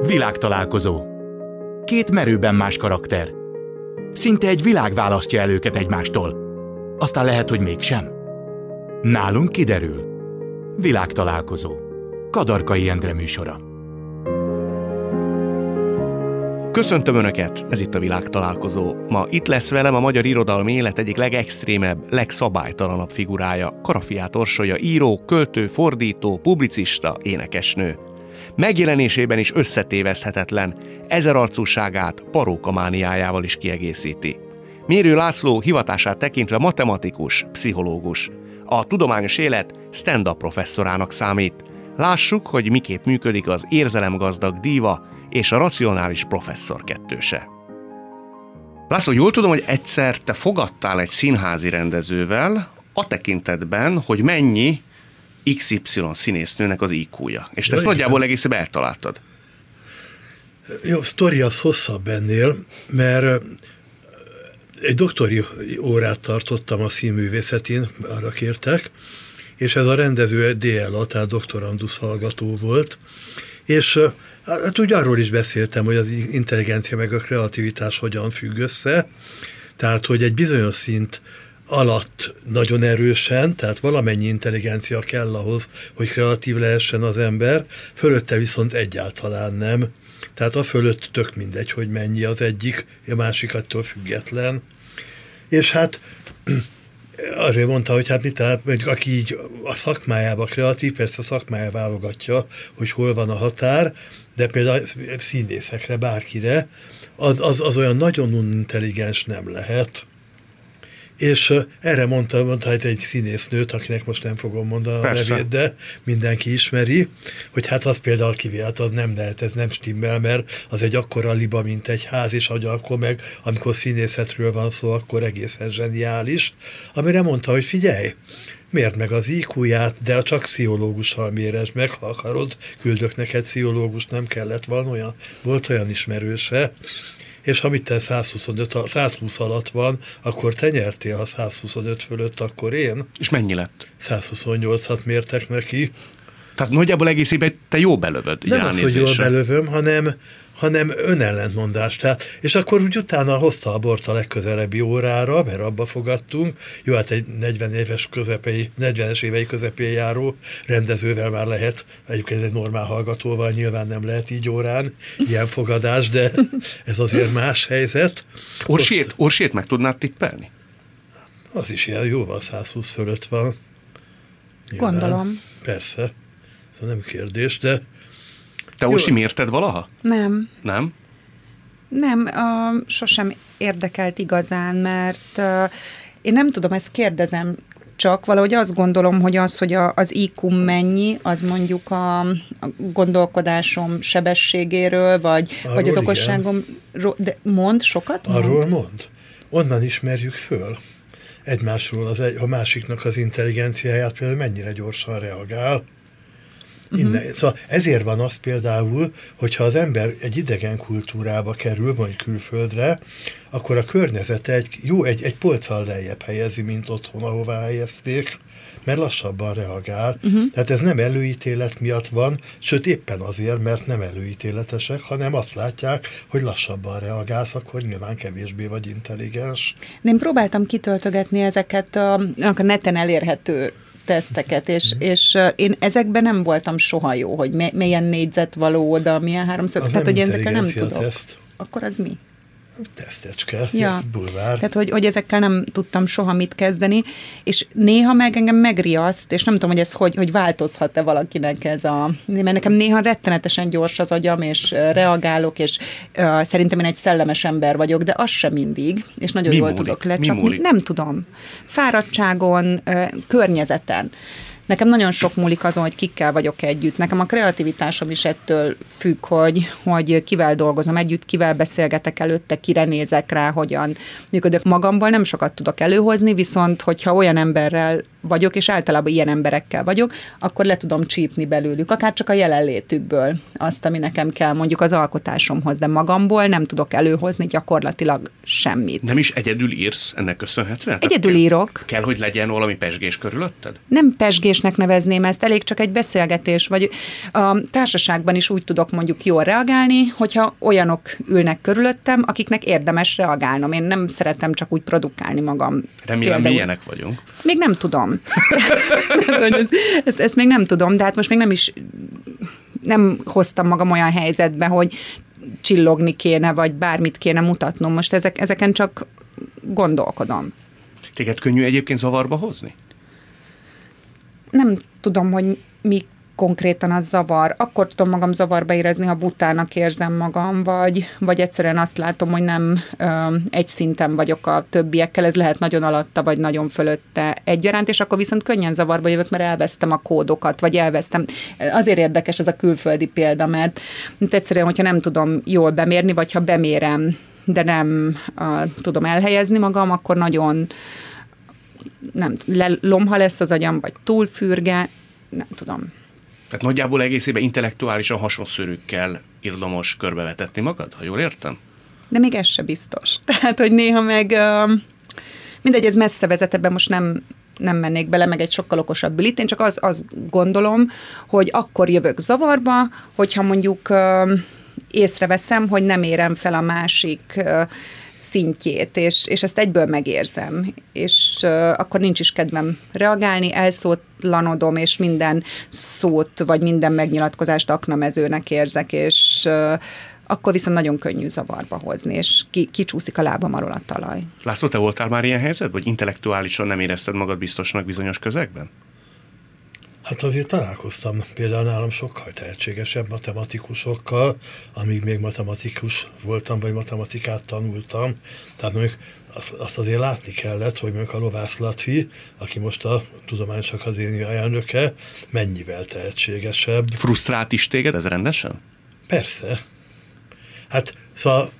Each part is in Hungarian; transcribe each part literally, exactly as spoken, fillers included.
Világtalálkozó. Két merőben más karakter. Szinte egy világ választja el őket egymástól. Aztán lehet, hogy mégsem. Nálunk kiderül. Világtalálkozó. Kadarkai Endre műsora. Köszöntöm Önöket, ez itt a Világtalálkozó. Ma itt lesz velem a magyar irodalmi élet egyik legextrémebb, legszabálytalanabb figurája, Karafiát Orsolya író, költő, fordító, publicista, énekesnő. Megjelenésében is összetéveszthetetlen, ezerarcúságát parókamániájával is kiegészíti. Mérő László hivatását tekintve matematikus, pszichológus. A tudományos élet stand-up professzorának számít. Lássuk, hogy miképp működik az érzelemgazdag díva és a racionális professzor kettőse. László, jól tudom, hogy egyszer te fogadtál egy színházi rendezővel a tekintetben, hogy mennyi iksz ipszilon színésznőnek az í kúja. És te ezt nagyjából egészen eltaláltad. Jó, sztori az hosszabb ennél, mert egy doktori órát tartottam a színművészetén, arra kértek, és ez a rendező dé el á, tehát doktorandusz hallgató volt, és hát úgy arról is beszéltem, hogy az intelligencia meg a kreativitás hogyan függ össze, tehát hogy egy bizonyos szint alatt nagyon erősen, tehát valamennyi intelligencia kell ahhoz, hogy kreatív lehessen az ember, fölötte viszont egyáltalán nem. Tehát a fölött tök mindegy, hogy mennyi az egyik, a másik attól független. És hát azért mondta, hogy hát mit talál, aki így a szakmájába kreatív, persze a szakmája válogatja, hogy hol van a határ, de például színészekre, bárkire, az, az, az olyan nagyon intelligens nem lehet. És erre mondta, mondta egy színésznőt, akinek most nem fogom mondani a nevét, de mindenki ismeri, hogy hát az például kivélt, az nem lehet, ez nem stimmel, mert az egy akkora liba, mint egy ház, és akkor meg, amikor színészetről van szó, akkor egészen zseniális. Amire mondta, hogy figyelj, mérd meg az í kúját, de csak pszichológussal méresd meg, ha akarod, küldök neked pszichológus, nem kellett, van olyan, volt olyan ismerőse, és ha mit te százhuszonöt, százhúsz alatt van, akkor te nyertél, ha százhuszonöt fölött, akkor én. És mennyi lett? százhuszonnyolcat mértek neki. Tehát nagyjából egész évben te jó belövöd. Nem az, hogy jól belövöm, hanem, hanem önellentmondás. Tehát, és akkor úgy utána hozta a bort a legközelebbi órára, mert abba fogadtunk. Jó, hát egy negyven éves közepei, negyvenes évei közepén járó rendezővel már lehet, egyébként egy normál hallgatóval nyilván nem lehet így órán, ilyen fogadás, de ez azért más helyzet. Orsiét, Orsiét meg tudnád tippelni? Az is ilyen jóval százhúsz fölött van. Nyilván. Gondolom. Persze. Ez nem kérdés, de te Orsi mérted valaha? Nem. Nem? Nem, uh, sosem érdekelt igazán, mert uh, én nem tudom, ezt kérdezem, csak valahogy azt gondolom, hogy az, hogy a, az í kú mennyi, az mondjuk a, a gondolkodásom sebességéről, vagy, vagy az okosságom, de mond sokat? Mond? Arról mond. Onnan ismerjük föl egymásról az, a másiknak az intelligenciáját, például mennyire gyorsan reagál. Innen. Uh-huh. Szóval ezért van az például, hogyha az ember egy idegen kultúrába kerül, majd külföldre, akkor a környezete egy, jó, egy, egy polccal lejjebb helyezi, mint otthon, ahová helyezték, mert lassabban reagál. Uh-huh. Tehát ez nem előítélet miatt van, sőt éppen azért, mert nem előítéletesek, hanem azt látják, hogy lassabban reagálsz, akkor nyilván kevésbé vagy intelligens. Én próbáltam kitöltögetni ezeket a, a neten elérhető teszteket, és, mm. és én ezekben nem voltam soha jó, hogy milyen négyzet való oda, milyen háromszög, tehát hogy én ezekkel nem tudok. Teszt. Akkor az mi? Tesztecske, ja. bulvár. Tehát, hogy, hogy ezekkel nem tudtam soha mit kezdeni, és néha meg engem megriaszt, és nem tudom, hogy ez hogy, hogy változhat-e valakinek ez a... Mert nekem néha rettenetesen gyors az agyam, és reagálok, és uh, szerintem én egy szellemes ember vagyok, de az sem mindig, és nagyon mi jól múlik? tudok lecsapni. Nem tudom. Fáradtságon, uh, környezeten. Nekem nagyon sok múlik azon, hogy kikkel vagyok együtt. Nekem a kreativitásom is ettől függ, hogy, hogy kivel dolgozom együtt, kivel beszélgetek előtte, kire nézek rá, hogyan működök. Magamból nem sokat tudok előhozni, viszont hogyha olyan emberrel vagyok, és általában ilyen emberekkel vagyok, akkor le tudom csípni belőlük, akár csak a jelenlétükből azt, ami nekem kell mondjuk az alkotásomhoz, de magamból nem tudok előhozni gyakorlatilag semmit. Nem is egyedül írsz ennek köszönhetően? Egyedül írok. Kell, hogy legyen valami pezsgés körülötted? Nem pezsgésnek nevezném ezt, elég csak egy beszélgetés, vagy a társaságban is úgy tudok mondjuk jól reagálni, hogyha olyanok ülnek körülöttem, akiknek érdemes reagálnom. Én nem szeretem csak úgy produkálni magam. Remélem, mi ilyenek vagyunk. Még nem tudom. ezt, ezt, ezt még nem tudom, de hát most még nem is nem hoztam magam olyan helyzetbe, hogy csillogni kéne, vagy bármit kéne mutatnom. Most ezek, ezeken csak gondolkodom. Téged könnyű egyébként zavarba hozni? Nem tudom, hogy mi konkrétan az zavar. Akkor tudom magam zavarba érezni, ha butának érzem magam, vagy, vagy egyszerűen azt látom, hogy nem ö, egy szinten vagyok a többiekkel, ez lehet nagyon alatta, vagy nagyon fölötte egyaránt, és akkor viszont könnyen zavarba jövök, mert elvesztem a kódokat, vagy elvesztem. Azért érdekes ez a külföldi példa, mert egyszerűen, hogyha nem tudom jól bemérni, vagy ha bemérem, de nem uh, tudom elhelyezni magam, akkor nagyon nem lomha lesz az agyam, vagy túlfürge, nem tudom. Tehát nagyjából egészében intellektuálisan hasonszörükkel érdemes körbevetetni magad, ha jól értem? De még ez se biztos. Tehát, hogy néha meg uh, mindegy, ez messze vezet, ebben most nem, nem mennék bele, meg egy sokkal okosabb bűlit. Én csak az, azt gondolom, hogy akkor jövök zavarba, hogyha mondjuk uh, észreveszem, hogy nem érem fel a másik uh, szintjét, és, és ezt egyből megérzem, és uh, akkor nincs is kedvem reagálni, elszótlanodom, és minden szót, vagy minden megnyilatkozást aknamezőnek érzek, és uh, akkor viszont nagyon könnyű zavarba hozni, és ki, kicsúszik a lábam alól a talaj. László, te voltál már ilyen helyzetben, vagy intellektuálisan nem érezted magad biztosnak bizonyos közegben? Hát azért találkoztam például nálam sokkal tehetségesebb matematikusokkal, amíg még matematikus voltam, vagy matematikát tanultam. Tehát mondjuk azt azért látni kellett, hogy mondjuk a Lovász Laci, aki most a Tudományos Akadémia elnöke, mennyivel tehetségesebb. Frusztrált is téged ez rendesen? Persze. Hát szóval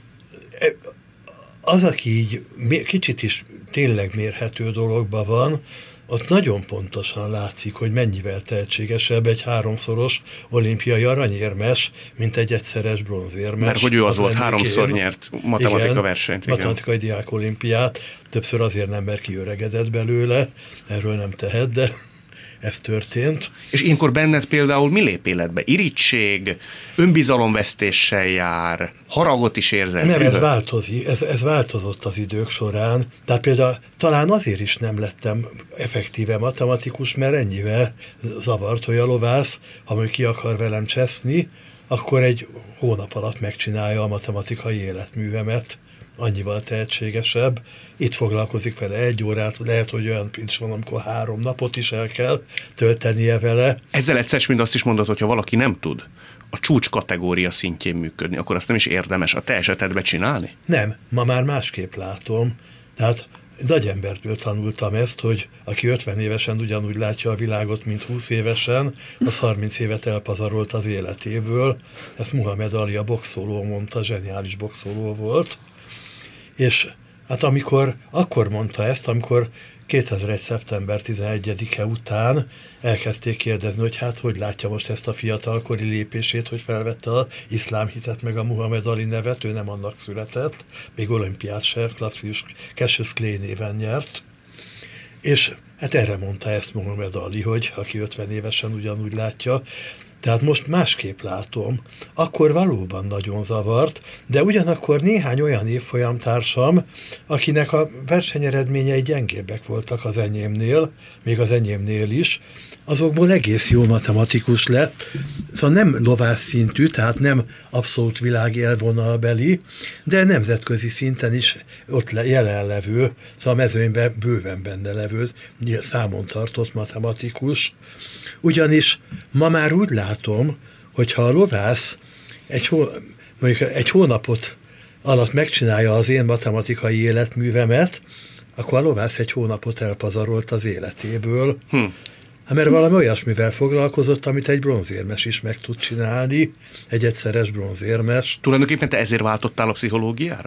az, aki így kicsit is tényleg mérhető dologban van, ott nagyon pontosan látszik, hogy mennyivel tehetségesebb egy háromszoros olimpiai aranyérmes, mint egy egyszeres bronzérmes. Mert hogy ő az, az volt, háromszor nyert matematika igen, versenyt. Igen, matematikai diák olimpiát, többször azért nem, mert kiöregedett belőle, erről nem tehet, de ez történt. És ilyenkor benned például mi lép életbe? Irigység, önbizalomvesztéssel jár, haragot is érzel? Nem, ez változik, ez, ez változott az idők során. Tehát például talán azért is nem lettem effektíve matematikus, mert ennyivel zavart, hogy a Lovász, ha mondjuk ki akar velem cseszni, akkor egy hónap alatt megcsinálja a matematikai életművemet. Annyival tehetségesebb. Itt foglalkozik vele egy órát, lehet, hogy olyan is van, amikor három napot is el kell töltenie vele. Ezzel egyszer mind azt is mondod, hogy ha valaki nem tud a csúcs kategória szintjén működni, akkor azt nem is érdemes a te esetedbe csinálni? Nem, ma már másképp látom. Tehát nagy embertől tanultam ezt, hogy aki ötven évesen ugyanúgy látja a világot, mint húsz évesen, az harminc évet elpazarolt az életéből. Ezt Muhammed Ali, a boxoló mondta, zseniális boxoló volt. És hát amikor, akkor mondta ezt, amikor kétezer-egy. szeptember tizenegyedike után elkezdték kérdezni, hogy hát hogy látja most ezt a fiatalkori lépését, hogy felvette az iszlám hitet meg a Muhammed Ali nevet, ő nem annak született, még olimpiát se, klasszikus Cassius Clay néven nyert. És hát erre mondta ezt Muhammed Ali, hogy aki ötven évesen ugyanúgy látja. Tehát most másképp látom. Akkor valóban nagyon zavart, de ugyanakkor néhány olyan évfolyamtársam, akinek a versenyeredményei gyengébbek voltak az enyémnél, még az enyémnél is, azokból egész jó matematikus lett. Szóval nem Lovász szintű, tehát nem abszolút világ élvonalbeli, de nemzetközi szinten is ott jelenlevő, szóval a mezőnyben bőven benne levő, számon tartott matematikus. Ugyanis ma már úgy látom, hogy ha a Lovász egy, hó, mondjuk egy hónapot alatt megcsinálja az én matematikai életművemet, akkor a Lovász egy hónapot elpazarolt az életéből. Hm. Hát mert valami olyasmivel foglalkozott, amit egy bronzérmes is meg tud csinálni, egy egyszeres bronzérmes. Tulajdonképpen te ezért váltottál a pszichológiára?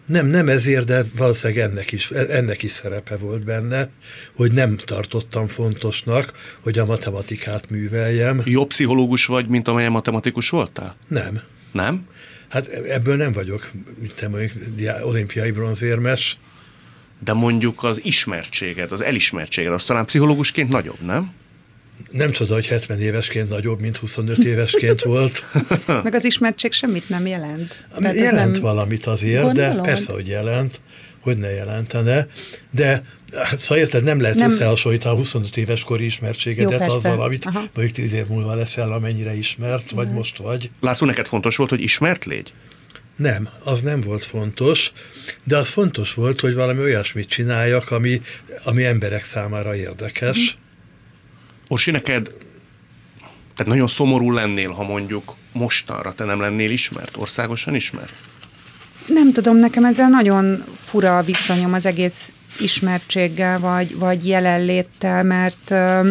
Nem, nem ezért, de valószínűleg ennek is, ennek is szerepe volt benne, hogy nem tartottam fontosnak, hogy a matematikát műveljem. Jobb pszichológus vagy, mint amilyen matematikus voltál? Nem. Nem? Hát ebből nem vagyok, mint te mondjuk, olimpiai bronzérmes. De mondjuk az ismertséged, az elismertséged, az talán pszichológusként nagyobb, nem? Nem csoda, hogy hetven évesként nagyobb, mint huszonöt évesként volt. Meg az ismertség semmit nem jelent. Tehát jelent nem... valamit azért, gondolod? De persze, hogy jelent, hogy ne jelentene, de szóval érted, nem lehet nem... összehasonlítani a huszonöt éves kori ismertségedet Jó, azzal, amit Aha. mondjuk tíz év múlva leszel, amennyire ismert, vagy hmm. most vagy. László, neked fontos volt, hogy ismert légy? Nem, az nem volt fontos, de az fontos volt, hogy valami olyasmit csináljak, ami, ami emberek számára érdekes. Hmm. Orsi, neked, tehát nagyon szomorú lennél, ha mondjuk mostanra te nem lennél ismert, országosan ismert? Nem tudom, nekem ezzel nagyon fura a viszonyom az egész ismertséggel, vagy, vagy jelenléttel, mert uh,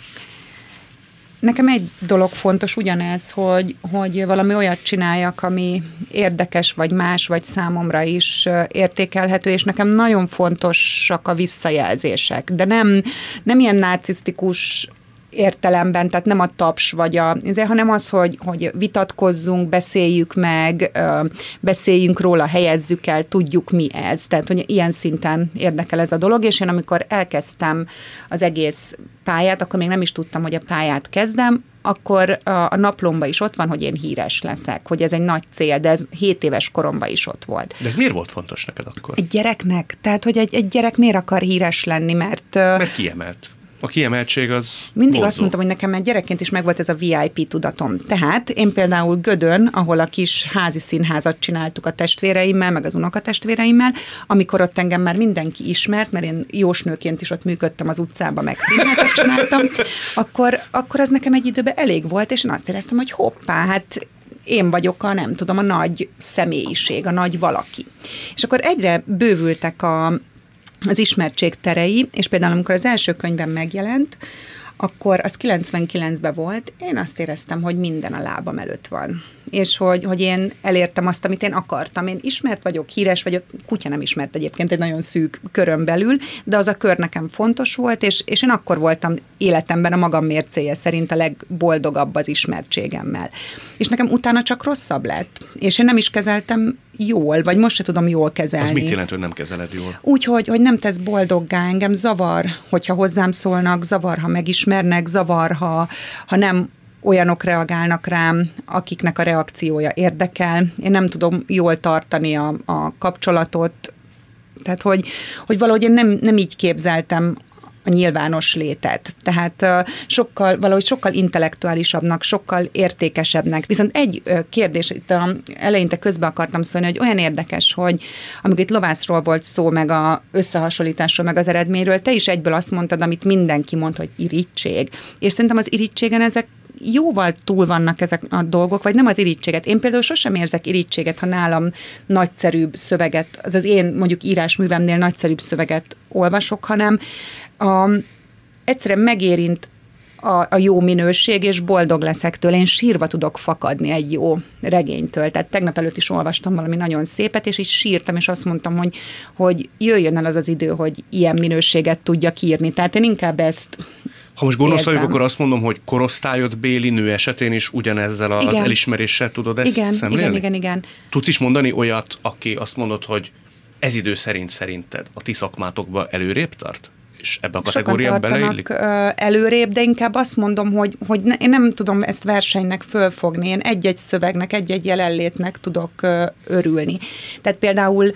nekem egy dolog fontos ugyanez, hogy, hogy valami olyat csináljak, ami érdekes, vagy más, vagy számomra is uh, értékelhető, és nekem nagyon fontosak a visszajelzések, de nem, nem ilyen narcisztikus értelemben, tehát nem a taps vagy a, hanem az, hogy, hogy vitatkozzunk, beszéljük meg, beszéljünk róla, helyezzük el, tudjuk mi ez. Tehát, hogy ilyen szinten érdekel ez a dolog, és én amikor elkezdtem az egész pályát, akkor még nem is tudtam, hogy a pályát kezdem, akkor a, a naplomban is ott van, hogy én híres leszek, hogy ez egy nagy cél, de ez hét éves koromban is ott volt. De ez miért volt fontos neked akkor? Egy gyereknek? Tehát, hogy egy, egy gyerek miért akar híres lenni, mert... Mert kiemelt. A kiemeltség az Mindig vonzó. Azt mondtam, hogy nekem egy gyerekként is megvolt ez a vé i pé tudatom. Tehát én például Gödön, ahol a kis házi színházat csináltuk a testvéreimmel, meg az unokatestvéreimmel, amikor ott engem már mindenki ismert, mert én jósnőként is ott működtem az utcában, meg színházat csináltam, akkor, akkor az nekem egy időben elég volt, és én azt éreztem, hogy hoppá, hát én vagyok a, nem tudom, a nagy személyiség, a nagy valaki. És akkor egyre bővültek a az ismertség terei, és például amikor az első könyvem megjelent, akkor az kilencvenkilencben volt, én azt éreztem, hogy minden a lábam előtt van. És hogy, hogy én elértem azt, amit én akartam. Én ismert vagyok, híres vagyok, kutya nem ismert egyébként egy nagyon szűk körön belül, de az a kör nekem fontos volt, és, és én akkor voltam életemben a magam mércéje szerint a legboldogabb az ismertségemmel. És nekem utána csak rosszabb lett. És én nem is kezeltem jól, vagy most se tudom jól kezelni. Az mit jelent, hogy nem kezeled jól? Úgy, hogy, hogy nem tesz boldoggá, engem zavar, hogyha hozzám szólnak, zavar, ha megismernek, zavar, ha, ha nem olyanok reagálnak rám, akiknek a reakciója érdekel. Én nem tudom jól tartani a, a kapcsolatot, tehát hogy, hogy valahogy én nem, nem így képzeltem a nyilvános létet. Tehát uh, sokkal, valahogy sokkal intellektuálisabbnak, sokkal értékesebbnek. Viszont egy uh, kérdés, itt uh, eleinte közben akartam szólni, hogy olyan érdekes, hogy amikor itt lovászról volt szó, meg a összehasonlításról, meg az eredményről, te is egyből azt mondtad, amit mindenki mond, hogy irigység. És szerintem az irigységen ezek jóval túl vannak ezek a dolgok, vagy nem az irítséget. Én például sosem érzek irítséget, ha nálam nagyszerűbb szöveget, az az én mondjuk írásművemnél nagyszerűbb szöveget olvasok, hanem a, egyszerűen megérint a, a jó minőség, és boldog leszek tőle. Én sírva tudok fakadni egy jó regénytől. Tehát tegnap előtt is olvastam valami nagyon szépet, és így sírtam, és azt mondtam, hogy, hogy jöjjön el az az idő, hogy ilyen minőséget tudjak írni. Tehát én inkább ezt Ha most gonosz vagyok, akkor azt mondom, hogy korosztályod béli nő esetén is ugyanezzel az igen. elismeréssel tudod ezt igen, szemlélni? Igen, igen, igen. Tudsz is mondani olyat, aki azt mondod, hogy ez idő szerint szerinted a ti szakmátokban előrébb tart? És ebbe a kategóriába beleillik? Előrébb, de inkább azt mondom, hogy, hogy ne, én nem tudom ezt versenynek fölfogni. Én egy-egy szövegnek, egy-egy jelenlétnek tudok örülni. Tehát például,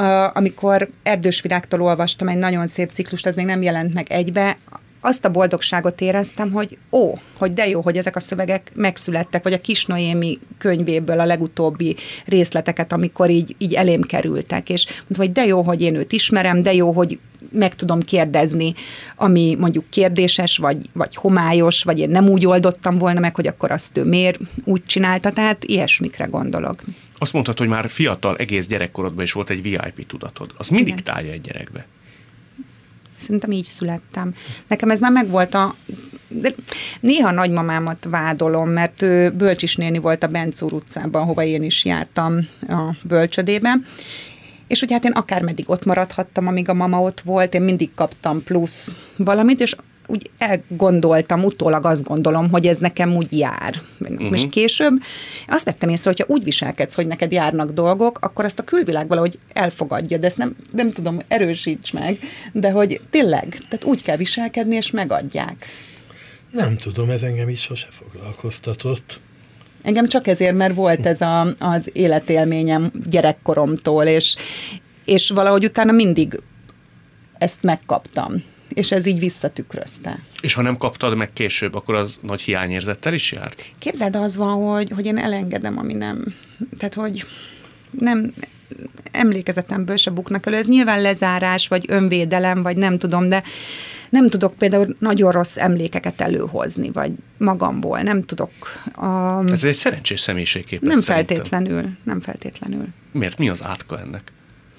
amikor Erdős Virágtól olvastam egy nagyon szép ciklust, ez még nem jelent meg egybe, azt a boldogságot éreztem, hogy ó, hogy de jó, hogy ezek a szövegek megszülettek, vagy a Kis Noémi könyvéből a legutóbbi részleteket, amikor így, így elém kerültek, és mondtam, hogy de jó, hogy én őt ismerem, de jó, hogy meg tudom kérdezni, ami mondjuk kérdéses, vagy, vagy homályos, vagy én nem úgy oldottam volna meg, hogy akkor azt ő miért úgy csinálta, tehát ilyesmikre gondolok. Azt mondtad, hogy már fiatal, egész gyerekkorodban is volt egy vé i pé tudatod. Az mindig diktálja egy gyerekbe. Szerintem így születtem. Nekem ez már megvolt a... De néha nagymamámat vádolom, mert ő bölcsisnéni volt a Bencúr utcában, hova én is jártam a bölcsödében, és ugye hát én akármeddig ott maradhattam, amíg a mama ott volt, én mindig kaptam plusz valamit, és úgy elgondoltam, utólag azt gondolom, hogy ez nekem úgy jár. Uh-huh. És később azt vettem észre, hogyha úgy viselkedsz, hogy neked járnak dolgok, akkor azt a külvilág valahogy elfogadja, de ezt nem, nem tudom, erősíts meg, de hogy tényleg, tehát úgy kell viselkedni, és megadják. Nem tudom, ez engem így sose foglalkoztatott. Engem csak ezért, mert volt ez a, az életélményem gyerekkoromtól, és, és valahogy utána mindig ezt megkaptam. És ez így visszatükrözte. És ha nem kaptad meg később, akkor az nagy hiányérzettel is járt? Képzeld, az van, hogy, hogy én elengedem, ami nem... Tehát, hogy nem emlékezetemből se buknak elő. Ez nyilván lezárás, vagy önvédelem, vagy nem tudom, de nem tudok például nagyon rossz emlékeket előhozni, vagy magamból, nem tudok. A... Ez egy szerencsés személyiségképlet. Nem szerintem. feltétlenül, nem feltétlenül. Miért? Mi az átka ennek?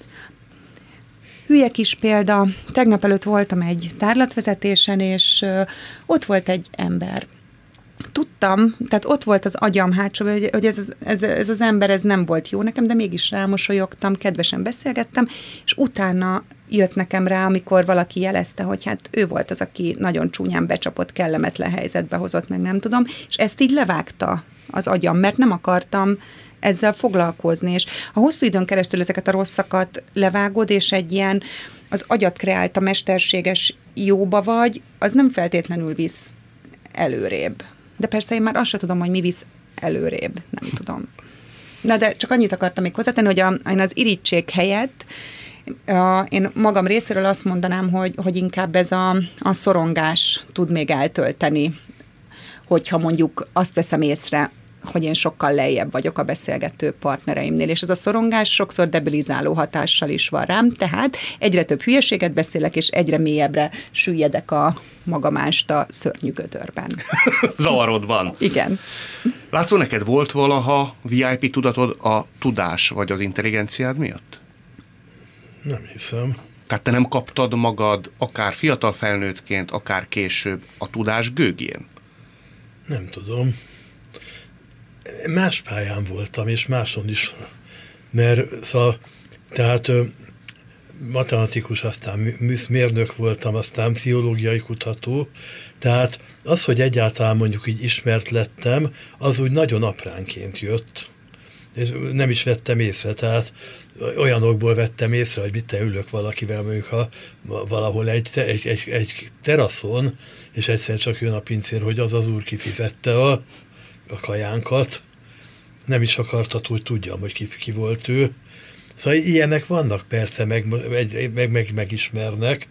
Hülye kis példa, tegnap előtt voltam egy tárlatvezetésen, és ott volt egy ember. Tudtam, tehát ott volt az agyam hátsó, hogy, hogy ez, ez, ez az ember ez nem volt jó nekem, de mégis rámosolyogtam, kedvesen beszélgettem, és utána jött nekem rá, amikor valaki jelezte, hogy hát ő volt az, aki nagyon csúnyán becsapott, kellemetlen helyzetbe hozott, meg nem tudom, és ezt így levágta az agyam, mert nem akartam ezzel foglalkozni, és ha hosszú időn keresztül ezeket a rosszakat levágod, és egy ilyen az agyat kreálta mesterséges jóba vagy, az nem feltétlenül visz előrébb. De persze én már azt sem tudom, hogy mi visz előrébb, nem tudom. Na de csak annyit akartam még hozzátenni, hogy a, én az irigység helyett a, én magam részéről azt mondanám, hogy, hogy inkább ez a, a szorongás tud még eltölteni, hogyha mondjuk azt veszem észre, hogy én sokkal lejjebb vagyok a beszélgető partnereimnél, és ez a szorongás sokszor debilizáló hatással is van rám, tehát egyre több hülyeséget beszélek, és egyre mélyebbre süllyedek a magamásta szörnyű gödörben. Zavarod van. Igen. László, neked volt valaha vé i pé tudatod a tudás vagy az intelligenciád miatt? Nem hiszem. Tehát te nem kaptad magad, akár fiatal felnőttként, akár később a tudás gőgjén? Nem tudom. Más pályán voltam, és máson is, mert szóval, tehát matematikus, aztán műszmérnök voltam, aztán pszichológiai kutató, tehát az, hogy egyáltalán mondjuk így ismert lettem, az úgy nagyon apránként jött, és nem is vettem észre, tehát olyanokból vettem észre, hogy mit te ülök valakivel, mondjuk ha valahol egy, egy, egy, egy teraszon, és egyszer csak jön a pincér, hogy az az úr kifizette a a kajánkat, nem is akartad, hogy tudjam, hogy ki, ki volt ő. Szóval ilyenek vannak persze, meg, meg, meg, megismernek,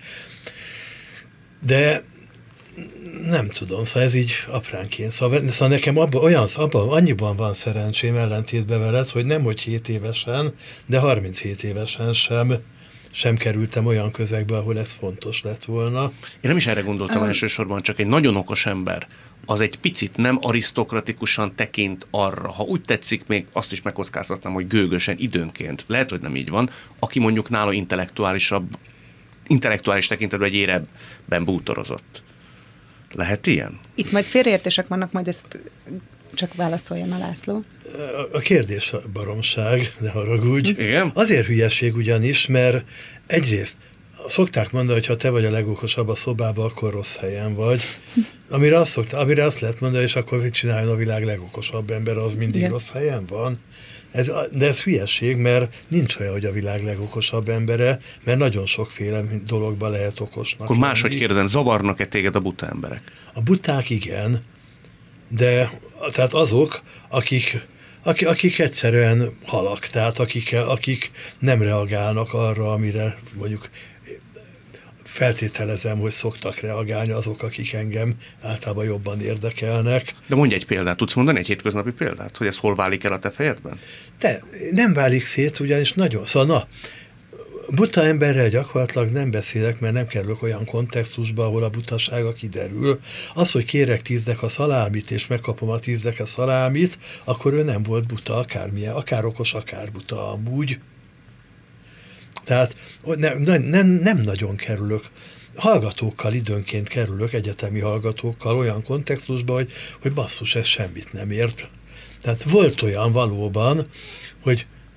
de nem tudom, szóval ez így apránként. Szóval, szóval nekem abba, olyan, abban annyiban van szerencsém ellentétben veled, hogy nem hogy hét évesen, de harminchét évesen sem, sem kerültem olyan közegbe, ahol ez fontos lett volna. Én nem is erre gondoltam um, elsősorban, csak egy nagyon okos ember, az egy picit nem arisztokratikusan tekint arra, ha úgy tetszik, még azt is megkockáztatnám, hogy gőgösen időnként, lehet, hogy nem így van, aki mondjuk nála intellektuálisabb, intellektuális tekintetben egy érebben bútorozott. Lehet ilyen? Itt majd félreértések vannak, majd ezt csak válaszoljon a László. A kérdés baromság, ne haragudj. Igen? Azért hülyeség ugyanis, mert egyrészt szokták mondani, hogy ha te vagy a legokosabb a szobában, akkor rossz helyen vagy. Amire azt, szokta, amire azt lehet mondani, és akkor mit csináljon a világ legokosabb ember, az mindig igen. Rossz helyen van. Ez, de ez hülyeség, mert nincs olyan, hogy a világ legokosabb embere, mert nagyon sokféle dologban lehet okosnak. Akkor máshogy kérdezem, zavarnak-e téged a buta emberek? A buták igen, de tehát azok, akik, akik, akik egyszerűen halak, tehát akik, akik nem reagálnak arra, amire mondjuk feltételezem, hogy szoktak reagálni azok, akik engem általában jobban érdekelnek. De mondj egy példát, tudsz mondani egy hétköznapi példát, hogy ez hol válik el a te fejedben? Te, nem válik szét, ugyanis nagyon, szóval na, buta emberrel gyakorlatilag nem beszélek, mert nem kerülök olyan kontextusba, ahol a butasága kiderül. Az, hogy kérek tízdek a szalámit, és megkapom a tízdek a szalámit, akkor ő nem volt buta, akármilyen, akár okos, akár buta amúgy. Tehát nem, nem, nem nagyon kerülök. Hallgatókkal időnként kerülök, egyetemi hallgatókkal olyan kontextusban, hogy, hogy basszus, ez semmit nem ért. Tehát volt olyan valóban, hogy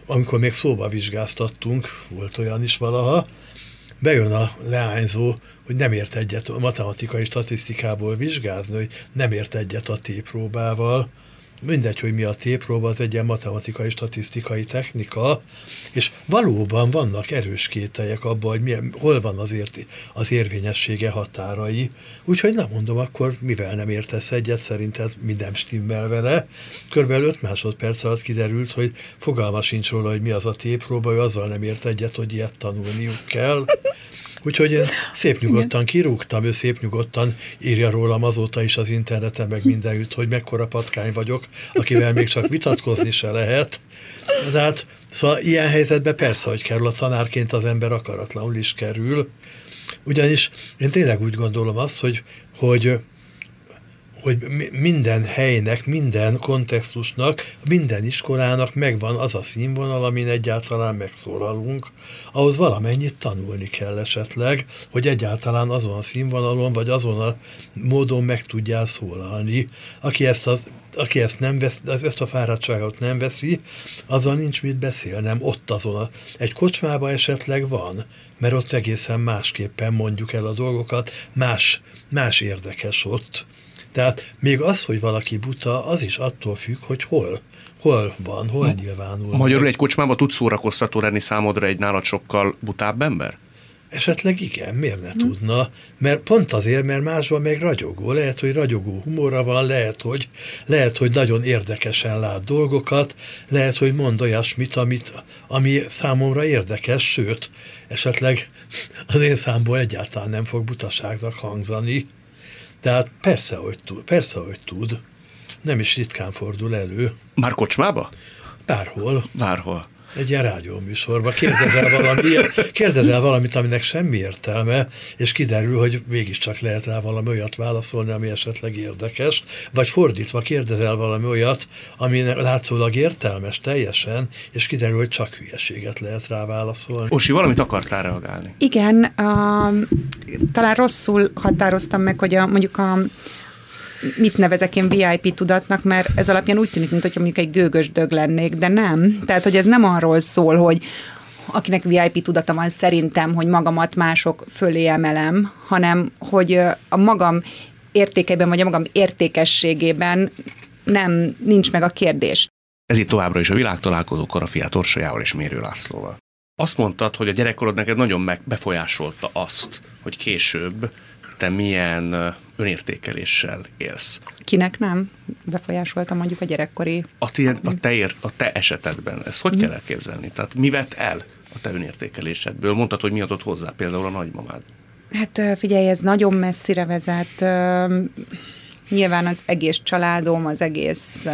amikor még szóba vizsgáztattunk, volt olyan is valaha, bejön a leányzó, hogy nem ért egyet a matematikai statisztikából vizsgázni, hogy nem ért egyet a T-próbával. Mindegy, hogy mi a T-próba, az egy ilyen matematikai statisztikai technika, és valóban vannak erős kételyek abban, hogy milyen, hol van az, érti, az érvényessége határai. Úgyhogy nem mondom, akkor mivel nem értesz egyet, szerinted minden stimmel vele. Körülbelül öt másodperc alatt kiderült, hogy fogalma sincs róla, hogy mi az a T-próba, ő azzal nem ért egyet, hogy ilyet tanulniuk kell. Úgyhogy én szép nyugodtan kirúgtam, ő szép nyugodtan írja rólam azóta is az interneten, meg mindenütt, hogy mekkora patkány vagyok, akivel még csak vitatkozni se lehet. De hát, szóval ilyen helyzetben persze, hogy kerül a tanárként az ember akaratlanul is kerül. Ugyanis én tényleg úgy gondolom azt, hogy, hogy hogy minden helynek, minden kontextusnak, minden iskolának megvan az a színvonal, amin egyáltalán megszólalunk. Ahhoz valamennyit tanulni kell esetleg, hogy egyáltalán azon a színvonalon, vagy azon a módon meg tudjál szólalni. Aki ezt, az, aki ezt, nem vesz, ezt a fáradtságot nem veszi, azzal nincs mit beszélnem. Ott azon a, egy kocsmában esetleg van, mert ott egészen másképpen mondjuk el a dolgokat, más, más érdekes ott. Tehát még az, hogy valaki buta, az is attól függ, hogy hol, hol van, hol nyilvánul. Magyarul meg. Egy kocsmába tud szórakoztató lenni számodra egy nálad sokkal butább ember? Esetleg igen, miért ne hm. tudna? Mert pont azért, mert másban meg ragyogó. Lehet, hogy ragyogó humora van, lehet, hogy, lehet, hogy nagyon érdekesen lát dolgokat, lehet, hogy mond olyasmit, amit, ami számomra érdekes, sőt, esetleg az én számból egyáltalán nem fog butaságnak hangzani. Tehát persze, hogy tud, persze, hogy tud. Nem is ritkán fordul elő. Már kocsmába? Bárhol. Bárhol. Egy ilyen rádióműsorban. Kérdezel, valami, kérdezel valamit, aminek semmi értelme, és kiderül, hogy mégiscsak lehet rá valami olyat válaszolni, ami esetleg érdekes, vagy fordítva kérdezel valami olyat, ami látszólag értelmes teljesen, és kiderül, hogy csak hülyeséget lehet rá válaszolni. Orsi, valamit akartál reagálni? Igen, uh, talán rosszul határoztam meg, hogy a, mondjuk a mit nevezek én vé i pé tudatnak, mert ez alapján úgy tűnik, mintha mondjuk egy gőgös dög lennék, de nem. Tehát, hogy ez nem arról szól, hogy akinek vé i pé tudata van szerintem, hogy magamat mások fölé emelem, hanem, hogy a magam értékeiben, vagy a magam értékességében nem, nincs meg a kérdés. Ez itt továbbra is a Világtalálkozó Karafiát Orsolyával és Mérő Lászlóval. Azt mondtad, hogy a gyerekkorod neked nagyon meg befolyásolta azt, hogy később te milyen önértékeléssel élsz. Kinek nem befolyásolta mondjuk a gyerekkori... A, ti, a, te, ér, a te esetedben ezt hogy mm. kell elképzelni? Tehát mi vett el a te önértékelésedből? Mondtad, hogy mi adott hozzá, például a nagymamád. Hát figyelj, ez nagyon messzire vezet. Nyilván az egész családom, az egész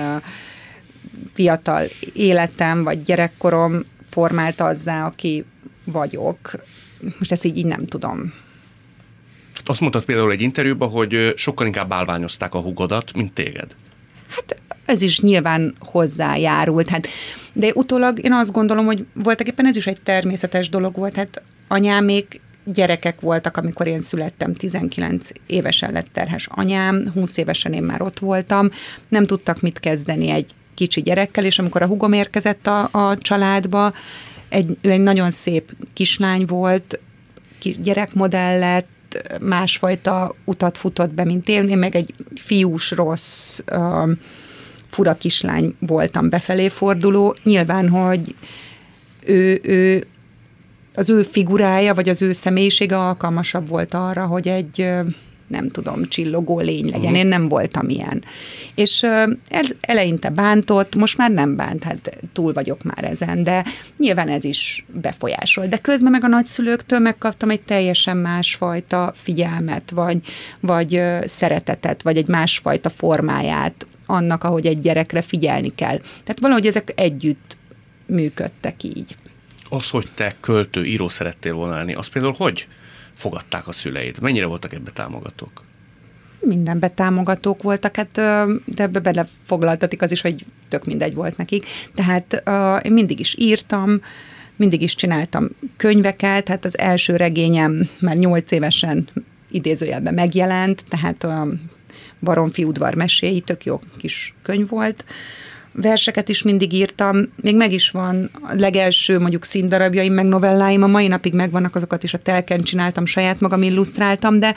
fiatal életem, vagy gyerekkorom formálta azzá, aki vagyok. Most ezt így, így nem tudom. Azt mondtad például egy interjúban, hogy sokkal inkább bálványozták a húgodat, mint téged. Hát ez is nyilván hozzájárult. Hát, de utólag én azt gondolom, hogy voltak éppen ez is egy természetes dolog volt. Hát anyámék gyerekek voltak, amikor én születtem, tizenkilenc évesen lett terhes anyám, húsz évesen én már ott voltam, nem tudtak mit kezdeni egy kicsi gyerekkel, és amikor a húgom érkezett a, a családba, egy, ő egy nagyon szép kislány volt, gyerekmodell lett, másfajta utat futott be, mint én. Én meg egy fiús, rossz, uh, fura kislány voltam, befelé forduló. Nyilván, hogy ő, ő, az ő figurája, vagy az ő személyisége alkalmasabb volt arra, hogy egy, nem tudom, csillogó lény legyen. Uh-huh. Én nem voltam ilyen. És ez eleinte bántott, most már nem bánt, hát túl vagyok már ezen, de nyilván ez is befolyásol. De közben meg a nagyszülőktől megkaptam egy teljesen másfajta figyelmet, vagy, vagy szeretetet, vagy egy másfajta formáját annak, ahogy egy gyerekre figyelni kell. Tehát valahogy ezek együtt működtek így. Az, hogy te költő, író szerettél volna lenni, az például hogy fogadták a szüleid? Mennyire voltak ebbe támogatók? Mindenbe támogatók voltak, hát, de ebbe belefoglaltatik az is, hogy tök mindegy volt nekik. Tehát én mindig is írtam, mindig is csináltam könyveket, hát az első regényem már nyolc évesen idézőjelben megjelent, tehát a Baromfi udvar meséi, tök jó kis könyv volt. verseket is mindig írtam, még meg is van a legelső mondjuk színdarabjaim, meg novelláim, a mai napig megvannak, azokat is a telken csináltam, saját magam illusztráltam, de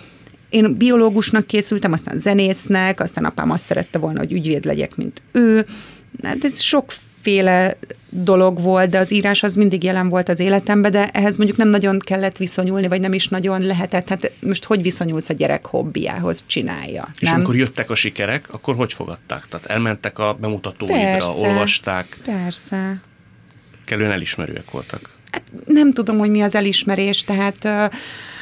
én biológusnak készültem, aztán zenésznek, aztán apám azt szerette volna, hogy ügyvéd legyek, mint ő. Hát ez sokféle dolog volt, de az írás az mindig jelen volt az életemben, de ehhez mondjuk nem nagyon kellett viszonyulni, vagy nem is nagyon lehetett. Hát most hogy viszonyulsz a gyerek hobbiához, csinálja? És nem? amikor jöttek a sikerek, akkor hogy fogadták? Tehát elmentek a bemutatóidra, persze, olvasták? Persze. Kellően elismerőek voltak? Hát nem tudom, hogy mi az elismerés, tehát uh,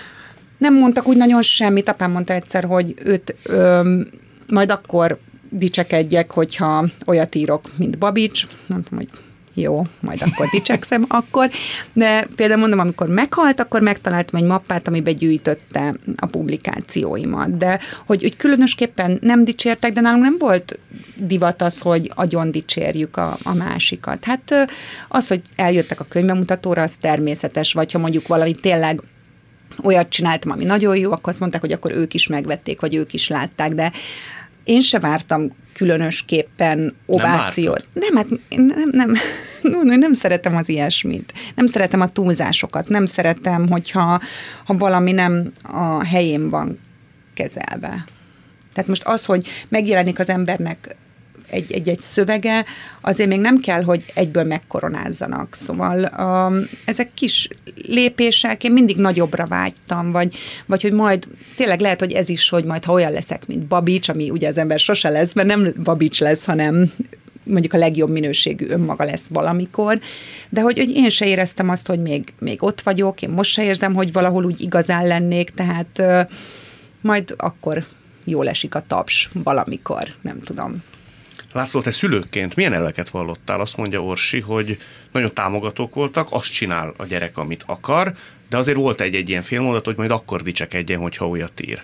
nem mondtak úgy nagyon semmit. Apám mondta egyszer, hogy őt um, majd akkor dicsekedjek, hogyha olyat írok, mint Babics. Mondtam, hogy jó, majd akkor dicsekszem akkor. De például mondom, amikor meghalt, akkor megtaláltam egy mappát, amiben gyűjtötte a publikációimat. De hogy, hogy különösképpen nem dicsértek, de nálunk nem volt divat az, hogy agyon dicsérjük a, a másikat. Hát az, hogy eljöttek a könyvbemutatóra, az természetes, vagy ha mondjuk valami tényleg olyat csináltam, ami nagyon jó, akkor azt mondták, hogy akkor ők is megvették, vagy ők is látták, de én se vártam különösképpen ovációt. Nem, nem, hát nem, nem, nem, nem szeretem az ilyesmit. Nem szeretem a túlzásokat. Nem szeretem, hogyha ha valami nem a helyén van kezelve. Tehát most az, hogy megjelenik az embernek egy, egy, egy szövege, azért még nem kell, hogy egyből megkoronázzanak. Szóval um, ezek kis lépések, én mindig nagyobbra vágytam, vagy, vagy hogy majd tényleg lehet, hogy ez is, hogy majd ha olyan leszek, mint Babics, ami ugye az ember sose lesz, mert nem Babics lesz, hanem mondjuk a legjobb minőségű önmaga lesz valamikor, de hogy, hogy én se éreztem azt, hogy még, még ott vagyok, én most se érzem, hogy valahol úgy igazán lennék, tehát uh, majd akkor jól esik a taps valamikor, nem tudom. László, te szülőként milyen elveket vallottál? Azt mondja Orsi, hogy nagyon támogatók voltak, azt csinál a gyerek, amit akar, de azért volt egy-egy ilyen félmondat, hogy majd akkor dicsekedjen, hogyha olyat ír.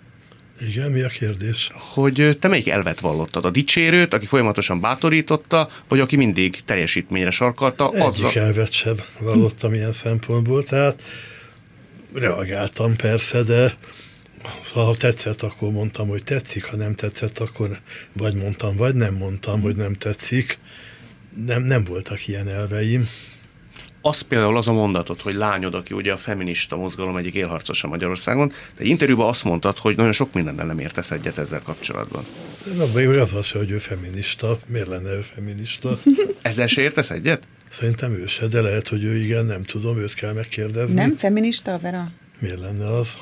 Igen, mi a kérdés? Hogy te melyik elvet vallottad? A dicsérőt, aki folyamatosan bátorította, vagy aki mindig teljesítményre sarkalta? Egyik azzal... elvet sem vallottam ilyen szempontból, tehát reagáltam persze, de szóval, ha tetszett, akkor mondtam, hogy tetszik, ha nem tetszett, akkor vagy mondtam, vagy nem mondtam, hogy nem tetszik. Nem, nem voltak ilyen elveim. Az például az a mondatot, hogy lányod, aki ugye a feminista mozgalom egyik élharcosa Magyarországon, de egy interjúban azt mondtad, hogy nagyon sok mindennel nem értesz egyet ezzel kapcsolatban. Abban az az, hogy ő feminista. Miért lenne ő feminista? Ezzel se értesz egyet? Szerintem ő se, de lehet, hogy ő igen, nem tudom, őt kell megkérdezni. Nem feminista, Vera? Miért lenne az?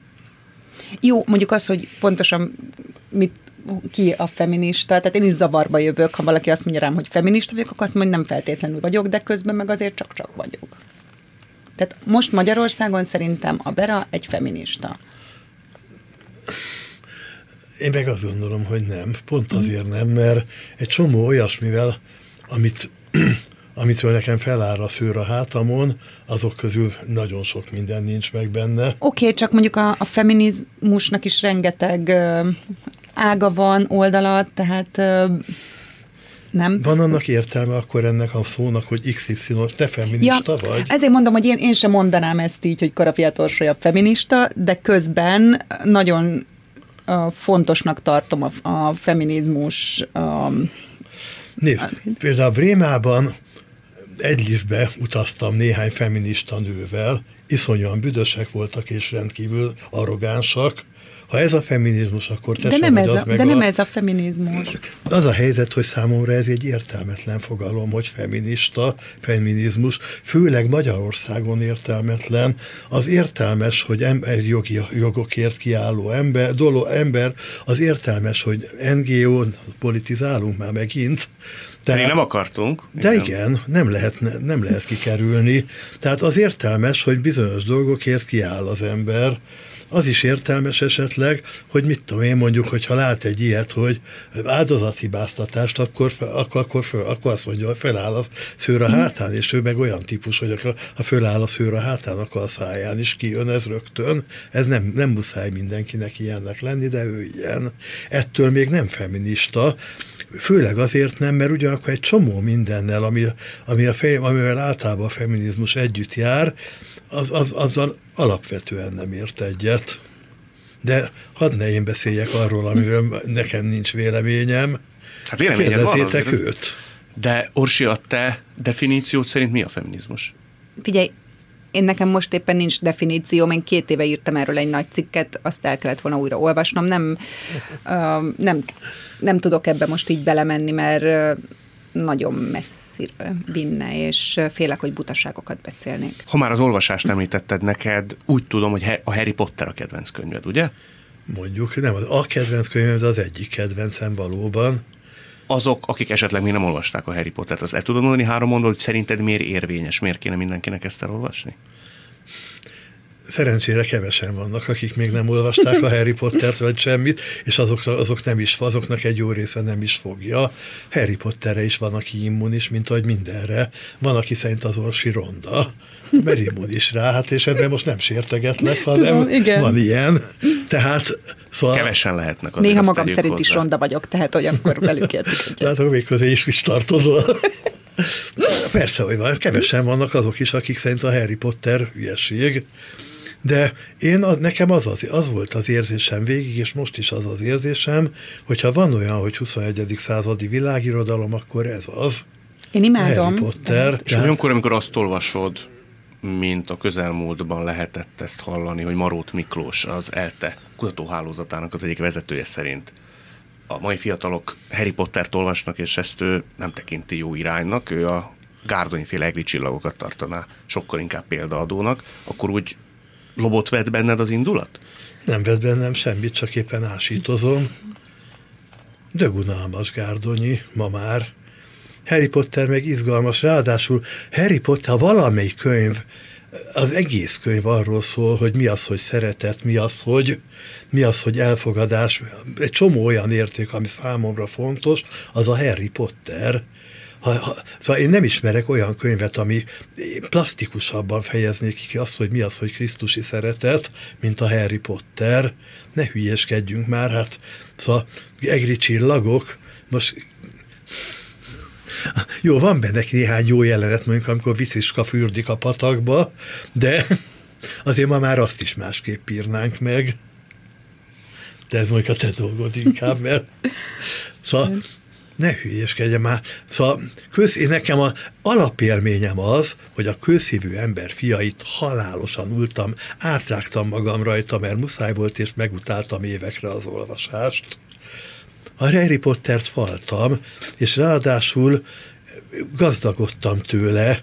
Jó, mondjuk az, hogy pontosan mit, ki a feminista, tehát én is zavarba jövök, ha valaki azt mondja rám, hogy feminista vagyok, akkor azt mondja, hogy nem feltétlenül vagyok, de közben meg azért csak-csak vagyok. Tehát most Magyarországon szerintem a Vera egy feminista. Én meg azt gondolom, hogy nem. Pont azért nem, mert egy csomó olyasmivel, amit... amitől nekem feláll a szőr a hátamon, azok közül nagyon sok minden nincs meg benne. Oké, okay, csak mondjuk a, a feminizmusnak is rengeteg ö, ága van, oldala, tehát ö, nem. Van annak értelme akkor ennek a szónak, hogy iksz ipszilon, te feminista ja, vagy? Ezért mondom, hogy én, én sem mondanám ezt így, hogy Karafiát Orsolya feminista, de közben nagyon ö, fontosnak tartom a, a feminizmus. Ö, Nézd, például Brémában egy liftbe utaztam néhány feminista nővel, iszonyúan büdösek voltak és rendkívül arrogánsak. Ha ez a feminizmus, akkor te de sem nem ez az a, meg De a... nem ez a feminizmus. Az a helyzet, hogy számomra ez egy értelmetlen fogalom, hogy feminista, feminizmus, főleg Magyarországon értelmetlen. Az értelmes, hogy ember jogi jogokért kiálló ember, doló, ember, az értelmes, hogy en gé ó, politizálunk már megint. Tehát, nem akartunk. De igen, igen nem, lehet, nem lehet kikerülni. Tehát az értelmes, hogy bizonyos dolgokért kiáll az ember. Az is értelmes esetleg, hogy mit tudom én mondjuk, hogyha lát egy ilyet, hogy áldozathibáztatást, akkor, akkor, akkor, föl, akkor azt mondja, hogy feláll a szőr a hátán, és ő meg olyan típus, hogy ha föláll a szőr a hátán, akkor a száján is kijön ez rögtön. Ez nem, nem muszáj mindenkinek ilyennek lenni, de ő ilyen. Ettől még nem feminista. Főleg azért nem, mert ugyanakkor egy csomó mindennel, ami, ami a fej, amivel általában a feminizmus együtt jár, az, az, azzal alapvetően nem ért egyet. De hadd ne én beszéljek arról, amiről nekem nincs véleményem. Hát véleményed van. Kérdezzétek őt. De Orsi, a te definíciót szerint mi a feminizmus? Figyelj, én nekem most éppen nincs definícióm, én két éve írtam erről egy nagy cikket, azt el kellett volna újra olvasnom, nem, uh, nem, nem tudok ebbe most így belemenni, mert uh, nagyon messzire vinne, és félek, hogy butaságokat beszélnék. Ha már az olvasást említetted, neked úgy tudom, hogy a Harry Potter a kedvenc könyved, ugye? Mondjuk, nem, a kedvenc könyved az egyik kedvencem valóban. Azok, akik esetleg még nem olvasták a Harry Pottert, az el tudod mondani három mondat, hogy szerinted miért érvényes, miért kéne mindenkinek ezt elolvasni? Szerencsére kevesen vannak, akik még nem olvasták a Harry Pottert vagy semmit, és azok, azok nem is, azoknak egy jó része nem is fogja. Harry Potterre is van, aki immunis, mint ahogy mindenre. Van, aki szerint az Orsi ronda, mert immunis rá, hát és ebben most nem sértegetlek, hanem Tudom, van ilyen. Tehát, szóval... Kevesen lehetnek. Néha magam szerint hozzá. Is ronda vagyok, tehát hogy akkor velük értik. Látok, még közé is, is tartozol. Persze, hogy van. Kevesen vannak azok is, akik szerint a Harry Potter hülyeség. De én, az, nekem az, az, az volt az érzésem végig, és most is az az érzésem, hogyha van olyan, hogy huszonegyedik századi világirodalom, akkor ez az. Én imádom. Harry Potter. És tehát... olyankor, amikor azt olvasod, mint a közelmúltban lehetett ezt hallani, hogy Marót Miklós az ELTE kutatóhálózatának az egyik vezetője szerint a mai fiatalok Harry Pottert olvasnak, és ezt ő nem tekinti jó iránynak, ő a Gárdonyi-féle egri csillagokat tartaná sokkal inkább példaadónak, akkor úgy lobot vett benned az indulat? Nem vett bennem semmit, csak éppen ásítozom. Dögunalmas Gárdonyi, ma már. Harry Potter meg izgalmas, ráadásul Harry Potter, ha valamelyik könyv, az egész könyv arról szól, hogy mi az, hogy szeretet, mi az, hogy, mi az, hogy elfogadás, egy csomó olyan érték, ami számomra fontos, az a Harry Potter. Ha, ha, szóval én nem ismerek olyan könyvet, ami plastikusabban fejeznék ki azt, hogy mi az, hogy krisztusi szeretet, mint a Harry Potter. Ne hülyeskedjünk már, hát szóval egri csillagok, most jó, van benne néhány jó jelenet, mondjuk, amikor Visziska fürdik a patakba, de azért ma már azt is másképp írnánk meg. De ez mondjuk a te dolgod inkább, mert szóval ne hülyeskedjen már. Szóval köz, én nekem az alapélményem az, hogy a közhívő ember fiait halálosan ültem, átrágtam magam rajta, mert muszáj volt, és megutáltam évekre az olvasást. A Harry Pottert faltam, és ráadásul gazdagodtam tőle,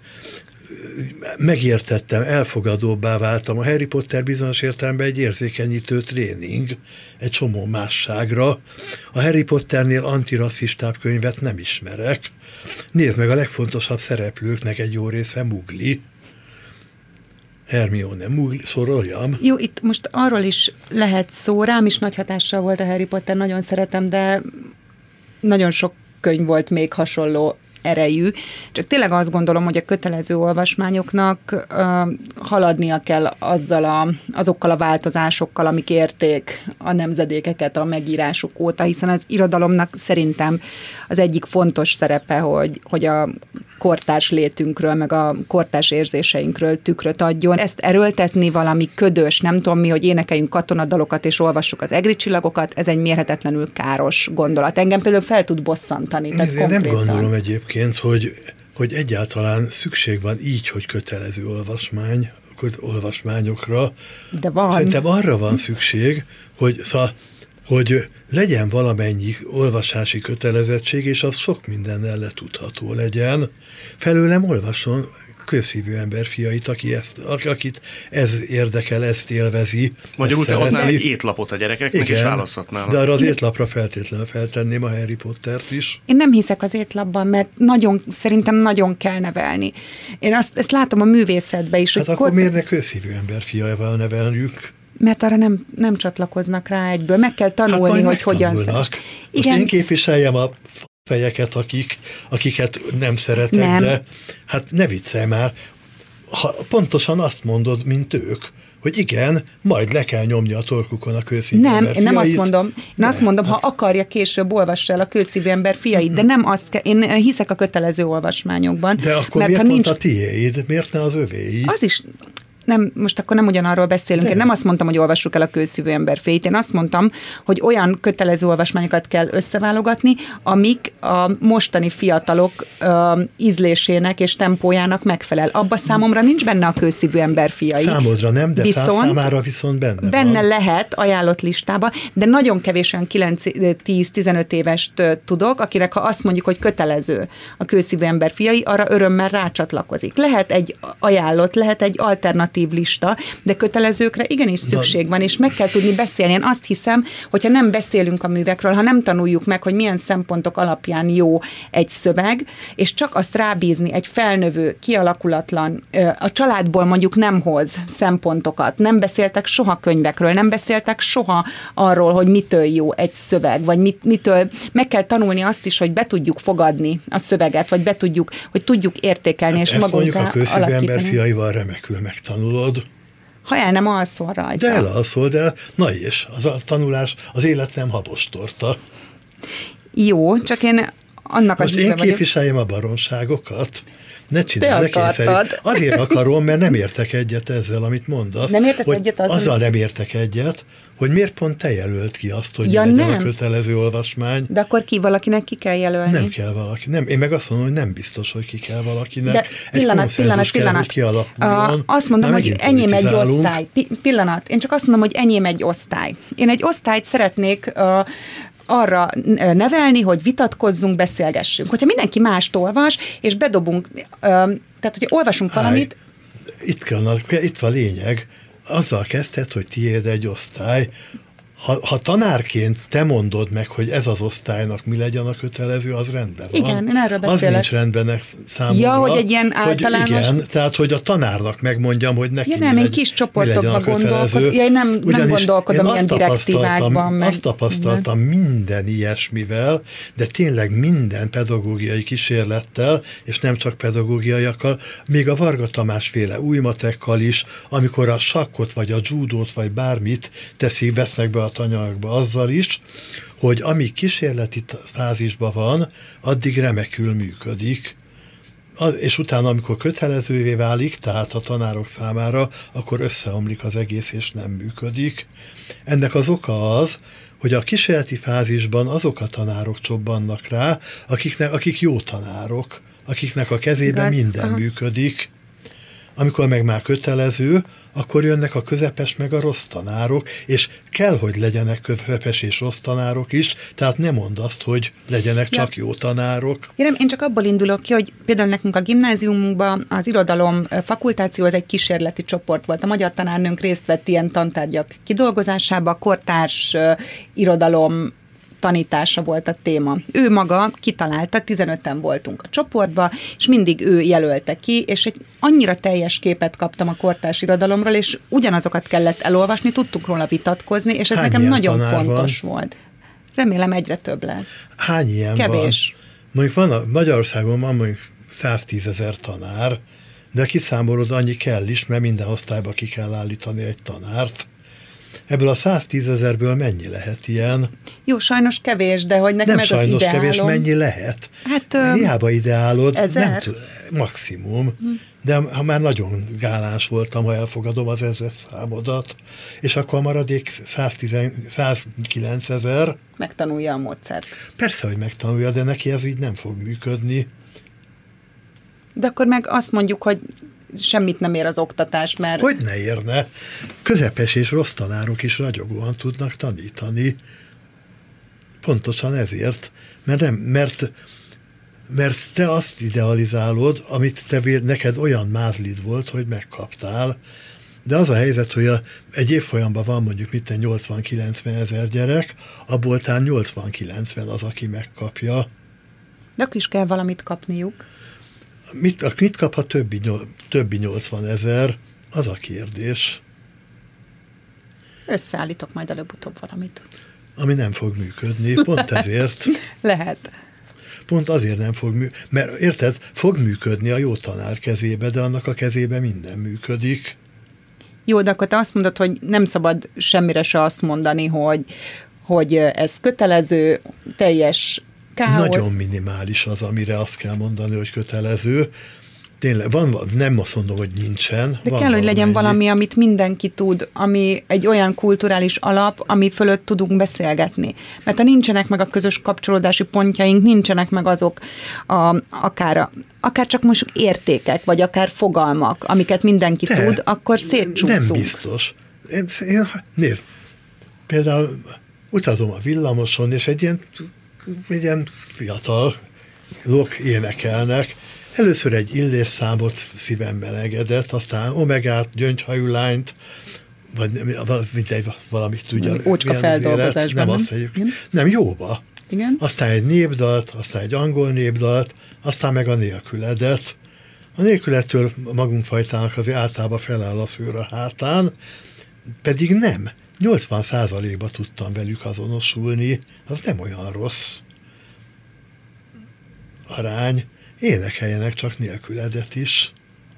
megértettem, elfogadóbbá váltam. A Harry Potter bizonyos értelemben egy érzékenyítő tréning, egy csomó másságra. A Harry Potternél antirasszistább könyvet nem ismerek. Nézd meg, a legfontosabb szereplőknek egy jó része mugli. Hermione, mugli, szoroljam. Jó, itt most arról is lehet szó, rám is nagy hatással volt a Harry Potter, nagyon szeretem, de nagyon sok könyv volt még hasonló erejű. Csak tényleg azt gondolom, hogy a kötelező olvasmányoknak uh, haladnia kell azzal a, azokkal a változásokkal, amik érték a nemzedékeket a megírásuk óta, hiszen az irodalomnak szerintem az egyik fontos szerepe, hogy, hogy a kortárs létünkről, meg a kortárs érzéseinkről tükröt adjon. Ezt erőltetni valami ködös, nem tudom mi, hogy énekeljünk katonadalokat és olvassuk az egri csillagokat, ez egy mérhetetlenül káros gondolat. Engem például fel tud bosszantani. Tehát Én nem gondolom egyébként, hogy, hogy egyáltalán szükség van így, hogy kötelező olvasmány, olvasmányokra. De van. Szerintem arra van szükség, hogy, szóval, hogy legyen valamennyi olvasási kötelezettség, és az sok mindennel letudható legyen. Felőlem olvasson közhívő ember fiait, aki ezt, akit ez érdekel, ezt élvezi. Magyarul te adnál egy étlapot a gyerekeknek, igen, és választhatnának. De arra az étlapra feltétlenül feltenném a Harry Pottert is. Én nem hiszek az étlapban, mert nagyon, szerintem nagyon kell nevelni. Én azt, ezt látom a művészetben is. Hát hogy akkor kor... miért ne közhívő ember fiaival neveljük? Mert arra nem, nem csatlakoznak rá egyből. Meg kell tanulni, hát hogy hogyan Most igen. Én képviseljem a fejeket, akik, akiket nem szeretek, nem. De hát ne viccelj már. Ha pontosan azt mondod, mint ők, hogy igen, majd le kell nyomni a torkukon a kőszívő nem, ember fiait. Nem, én nem azt mondom. Én de, azt mondom, hát... ha akarja, később olvassa el a kőszívő ember fiait, de nem azt kell, én hiszek a kötelező olvasmányokban. De akkor mert miért ha nincs... nincs... a tiéd? Miért ne az övéi? Az is... nem, most akkor nem ugyanarról beszélünk. De. Én nem azt mondtam, hogy olvassuk el a Kőszívő ember féit. Én azt mondtam, hogy olyan kötelező olvasmányokat kell összeválogatni, amik a mostani fiatalok uh, ízlésének és tempójának megfelel. Abba számomra nincs benne a Kőszívő ember fiai. Számodra nem, de viszont, számára viszont benne Benne van. lehet ajánlott listába, de nagyon kevés olyan kilenc-tíz-tizenöt évest tudok, akinek ha azt mondjuk, hogy kötelező a Kőszívő ember fiai, arra örömmel rácsatlakozik. Lehet egy ajánlott, lehet egy alternatív lista, de kötelezőkre igenis szükség van, és meg kell tudni beszélni. Én azt hiszem, hogyha nem beszélünk a művekről, ha nem tanuljuk meg, hogy milyen szempontok alapján jó egy szöveg, és csak azt rábízni egy felnövő, kialakulatlan, a családból mondjuk nem hoz szempontokat, nem beszéltek soha könyvekről, nem beszéltek soha arról, hogy mitől jó egy szöveg, vagy mit, mitől meg kell tanulni azt is, hogy be tudjuk fogadni a szöveget, vagy be tudjuk, hogy tudjuk értékelni, hát és magunkkal alakítani. Ezt mondjuk a Kőszívő ember fiaival remekül megtanulod. Ha el nem alszol rajta. De elalszol, de na és, az a tanulás, az élet nem habostorta. Jó, csak én annak Most az én képviseljem a baronságokat. Ne csinálj, ne kényszerű. Azért akarom, mert nem értek egyet ezzel, amit mondasz. Nem értesz egyet azzal? Azzal nem értek egyet, hogy miért pont te jelölt ki azt, hogy ja, legyen nem. a kötelező olvasmány. De akkor ki valakinek ki kell jelölni? Nem kell valaki. Nem, én meg azt mondom, hogy nem biztos, hogy ki kell valakinek. De pillanat, pillanat, pillanat. Kell, uh, azt mondom, hogy enyém egy osztály. Pillanat. Én csak azt mondom, hogy enyém egy osztály. Én egy osztályt szeretnék uh, arra nevelni, hogy vitatkozzunk, beszélgessünk. Hogyha mindenki mást olvas, és bedobunk, uh, tehát, hogy olvasunk Állj, valamit. Itt, kell, itt van a lényeg. Azzal kezdted, hogy tiéd egy osztály. Ha, ha tanárként te mondod meg, hogy ez az osztálynak mi legyen a kötelező, az rendben van. Igen, én erről beszélek. Az nincs rendben számomra. Ja, hogy egy ilyen általános... Hogy igen, tehát, hogy a tanárnak megmondjam, hogy neki ja, nem, mi, én legy, kis csoportokban gondolkodom. Ja, én nem, nem gondolkodom ilyen direktívákban. Meg. Azt tapasztaltam meg. minden ilyesmivel, de tényleg minden pedagógiai kísérlettel, és nem csak pedagógiaiakkal, még a Varga Tamás féle új matekkal is, amikor a sakkot, vagy a judót, vagy bármit teszik, vesznek be a tanyagba azzal is, hogy amíg kísérleti fázisban van, addig remekül működik. És utána, amikor kötelezővé válik, tehát a tanárok számára, akkor összeomlik az egész, és nem működik. Ennek az oka az, hogy a kísérleti fázisban azok a tanárok csobbannak rá, akiknek, akik jó tanárok, akiknek a kezében Igaz. minden Aha. működik. Amikor meg már kötelező, akkor jönnek a közepes meg a rossz tanárok, és kell, hogy legyenek közepes és rossz tanárok is, tehát nem mondd azt, hogy legyenek ja. csak jó tanárok. Én, nem, én csak abból indulok ki, hogy például nekünk a gimnáziumunkban az irodalom fakultáció az egy kísérleti csoport volt. A magyar tanárnőnk részt vett ilyen tantárgyak kidolgozásába, kortárs uh, irodalom tanítása volt a téma. Ő maga kitalálta, tizenöten voltunk a csoportban, és mindig ő jelölte ki, és egy annyira teljes képet kaptam a kortárs irodalomról, és ugyanazokat kellett elolvasni, tudtunk róla vitatkozni, és ez Hány nekem nagyon fontos van? volt. Remélem egyre több lesz. Hány ilyen Kevés. van? Mondjuk van a Magyarországon van mondjuk száztízezer tanár, de kiszámolod, annyi kell is, mert minden osztályba ki kell állítani egy tanárt. Ebből a száztízezerből mennyi lehet ilyen? Jó, sajnos kevés, de hogy nekem nem ez az ideálom. Nem sajnos kevés, mennyi lehet? Hát... Hiába ideálod, ezer? Nem tud, maximum. Hm. De ha már nagyon gáláns voltam, ha elfogadom az ezer számodat, és akkor a maradék százkilencezer... Megtanulja a módszert. Persze, hogy megtanulja, de neki ez így nem fog működni. De akkor meg azt mondjuk, hogy semmit nem ér az oktatás, mert... Hogy ne érne? Közepes és rossz tanárok is ragyogóan tudnak tanítani. Pontosan ezért, mert, nem, mert, mert te azt idealizálod, amit te neked olyan mázlid volt, hogy megkaptál. De az a helyzet, hogy a, egy évfolyamban van mondjuk mitten nyolcvan-kilencven ezer gyerek, abból talán nyolcvan-kilencven az, aki megkapja. De akkor is kell valamit kapniuk. Mit, mit kap a többi, többi nyolcvan ezer? Az a kérdés. Összeállítok majd előbb-utóbb valamit. Ami nem fog működni, pont ezért. Lehet. Pont azért nem fog működni, mert érted, fog működni a jó tanár kezébe, de annak a kezébe minden működik. Jó, de akkor te azt mondod, hogy nem szabad semmire se azt mondani, hogy, hogy ez kötelező, teljes káosz. Nagyon minimális az, amire azt kell mondani, hogy kötelező. tényleg, van, nem azt mondom, hogy nincsen. De van kell, hogy legyen valamennyi. valami, amit mindenki tud, ami egy olyan kulturális alap, ami fölött tudunk beszélgetni. Mert ha nincsenek meg a közös kapcsolódási pontjaink, nincsenek meg azok a, akár, a, akár csak most értékek, vagy akár fogalmak, amiket mindenki De, tud, akkor szétcsúszunk. Nem biztos. Én, én, nézd, például utazom a villamoson, és egy ilyen, egy ilyen fiatal lók énekelnek. Először egy illésszámot szívem melegedett, aztán Omegát, Gyöngyhajú lányt, vagy mindegy, valamit tudja. Ócska feldolgozásban, nem? Nem, Azt mondjuk, nem jóba. Igen. Aztán egy népdalt, aztán egy angol népdalt, aztán meg a nélküledet. A nélkülettől magunk fajtának azért általában feláll a szőr a hátán, pedig nem. nyolcvan százalékba tudtam velük azonosulni, az nem olyan rossz arány. Énekeljenek csak nélküledet is.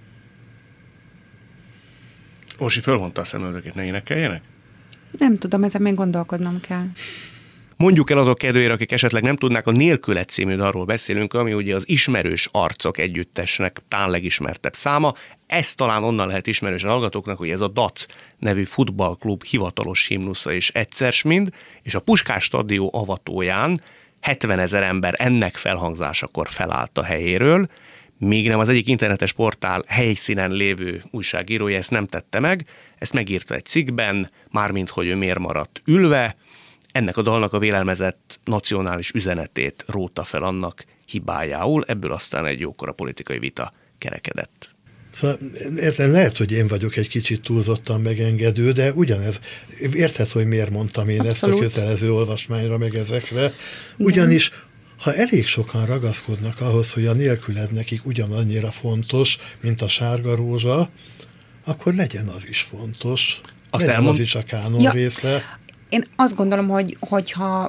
Orsi fölmondta a szemöldökét, ne énekeljenek? Nem tudom, ezen még gondolkodnom kell. Mondjuk el azok kedvére, akik esetleg nem tudnák, a Nélkület című dalról beszélünk, ami ugye az Ismerős Arcok együttesnek talán legismertebb száma. Ez talán onnan lehet ismerős a hallgatóknak, hogy ez a dé á cé nevű futballklub hivatalos himnusza és egyszer mind, és a Puskás Stadió avatóján hetvenezer ember ennek felhangzásakor felállt a helyéről, míg nem az egyik internetes portál helyszínen lévő újságírója ezt nem tette meg, ezt megírta egy cikkben, mármint hogy ő miért maradt ülve, ennek a dalnak a vélelmezett nacionális üzenetét róta fel annak hibájául, ebből aztán egy jókora politikai vita kerekedett. Szóval értem, lehet, hogy én vagyok egy kicsit túlzottan megengedő, de ugyanez, érted, hogy miért mondtam én Abszolút. Ezt a kötelező olvasmányra, meg ezekre. Ugyanis, ha elég sokan ragaszkodnak ahhoz, hogy a nélküled nekik ugyanannyira fontos, mint a sárga rózsa, akkor legyen az is fontos. Azt legyen elmond... az is a kánon ja. része. Én azt gondolom, hogy hogyha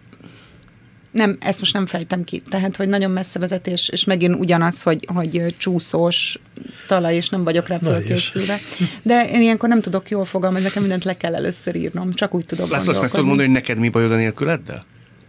nem, ezt most nem fejtem ki, tehát, hogy nagyon messze vezetés, és megint ugyanaz, hogy, hogy csúszós talaj, és nem vagyok rá fölkészülve. De én ilyenkor nem tudok jól fogalmazni, nekem mindent le kell először írnom, csak úgy tudok gondolkodni. Azt meg tudod mondani, hogy neked mi bajod a nélküleddel?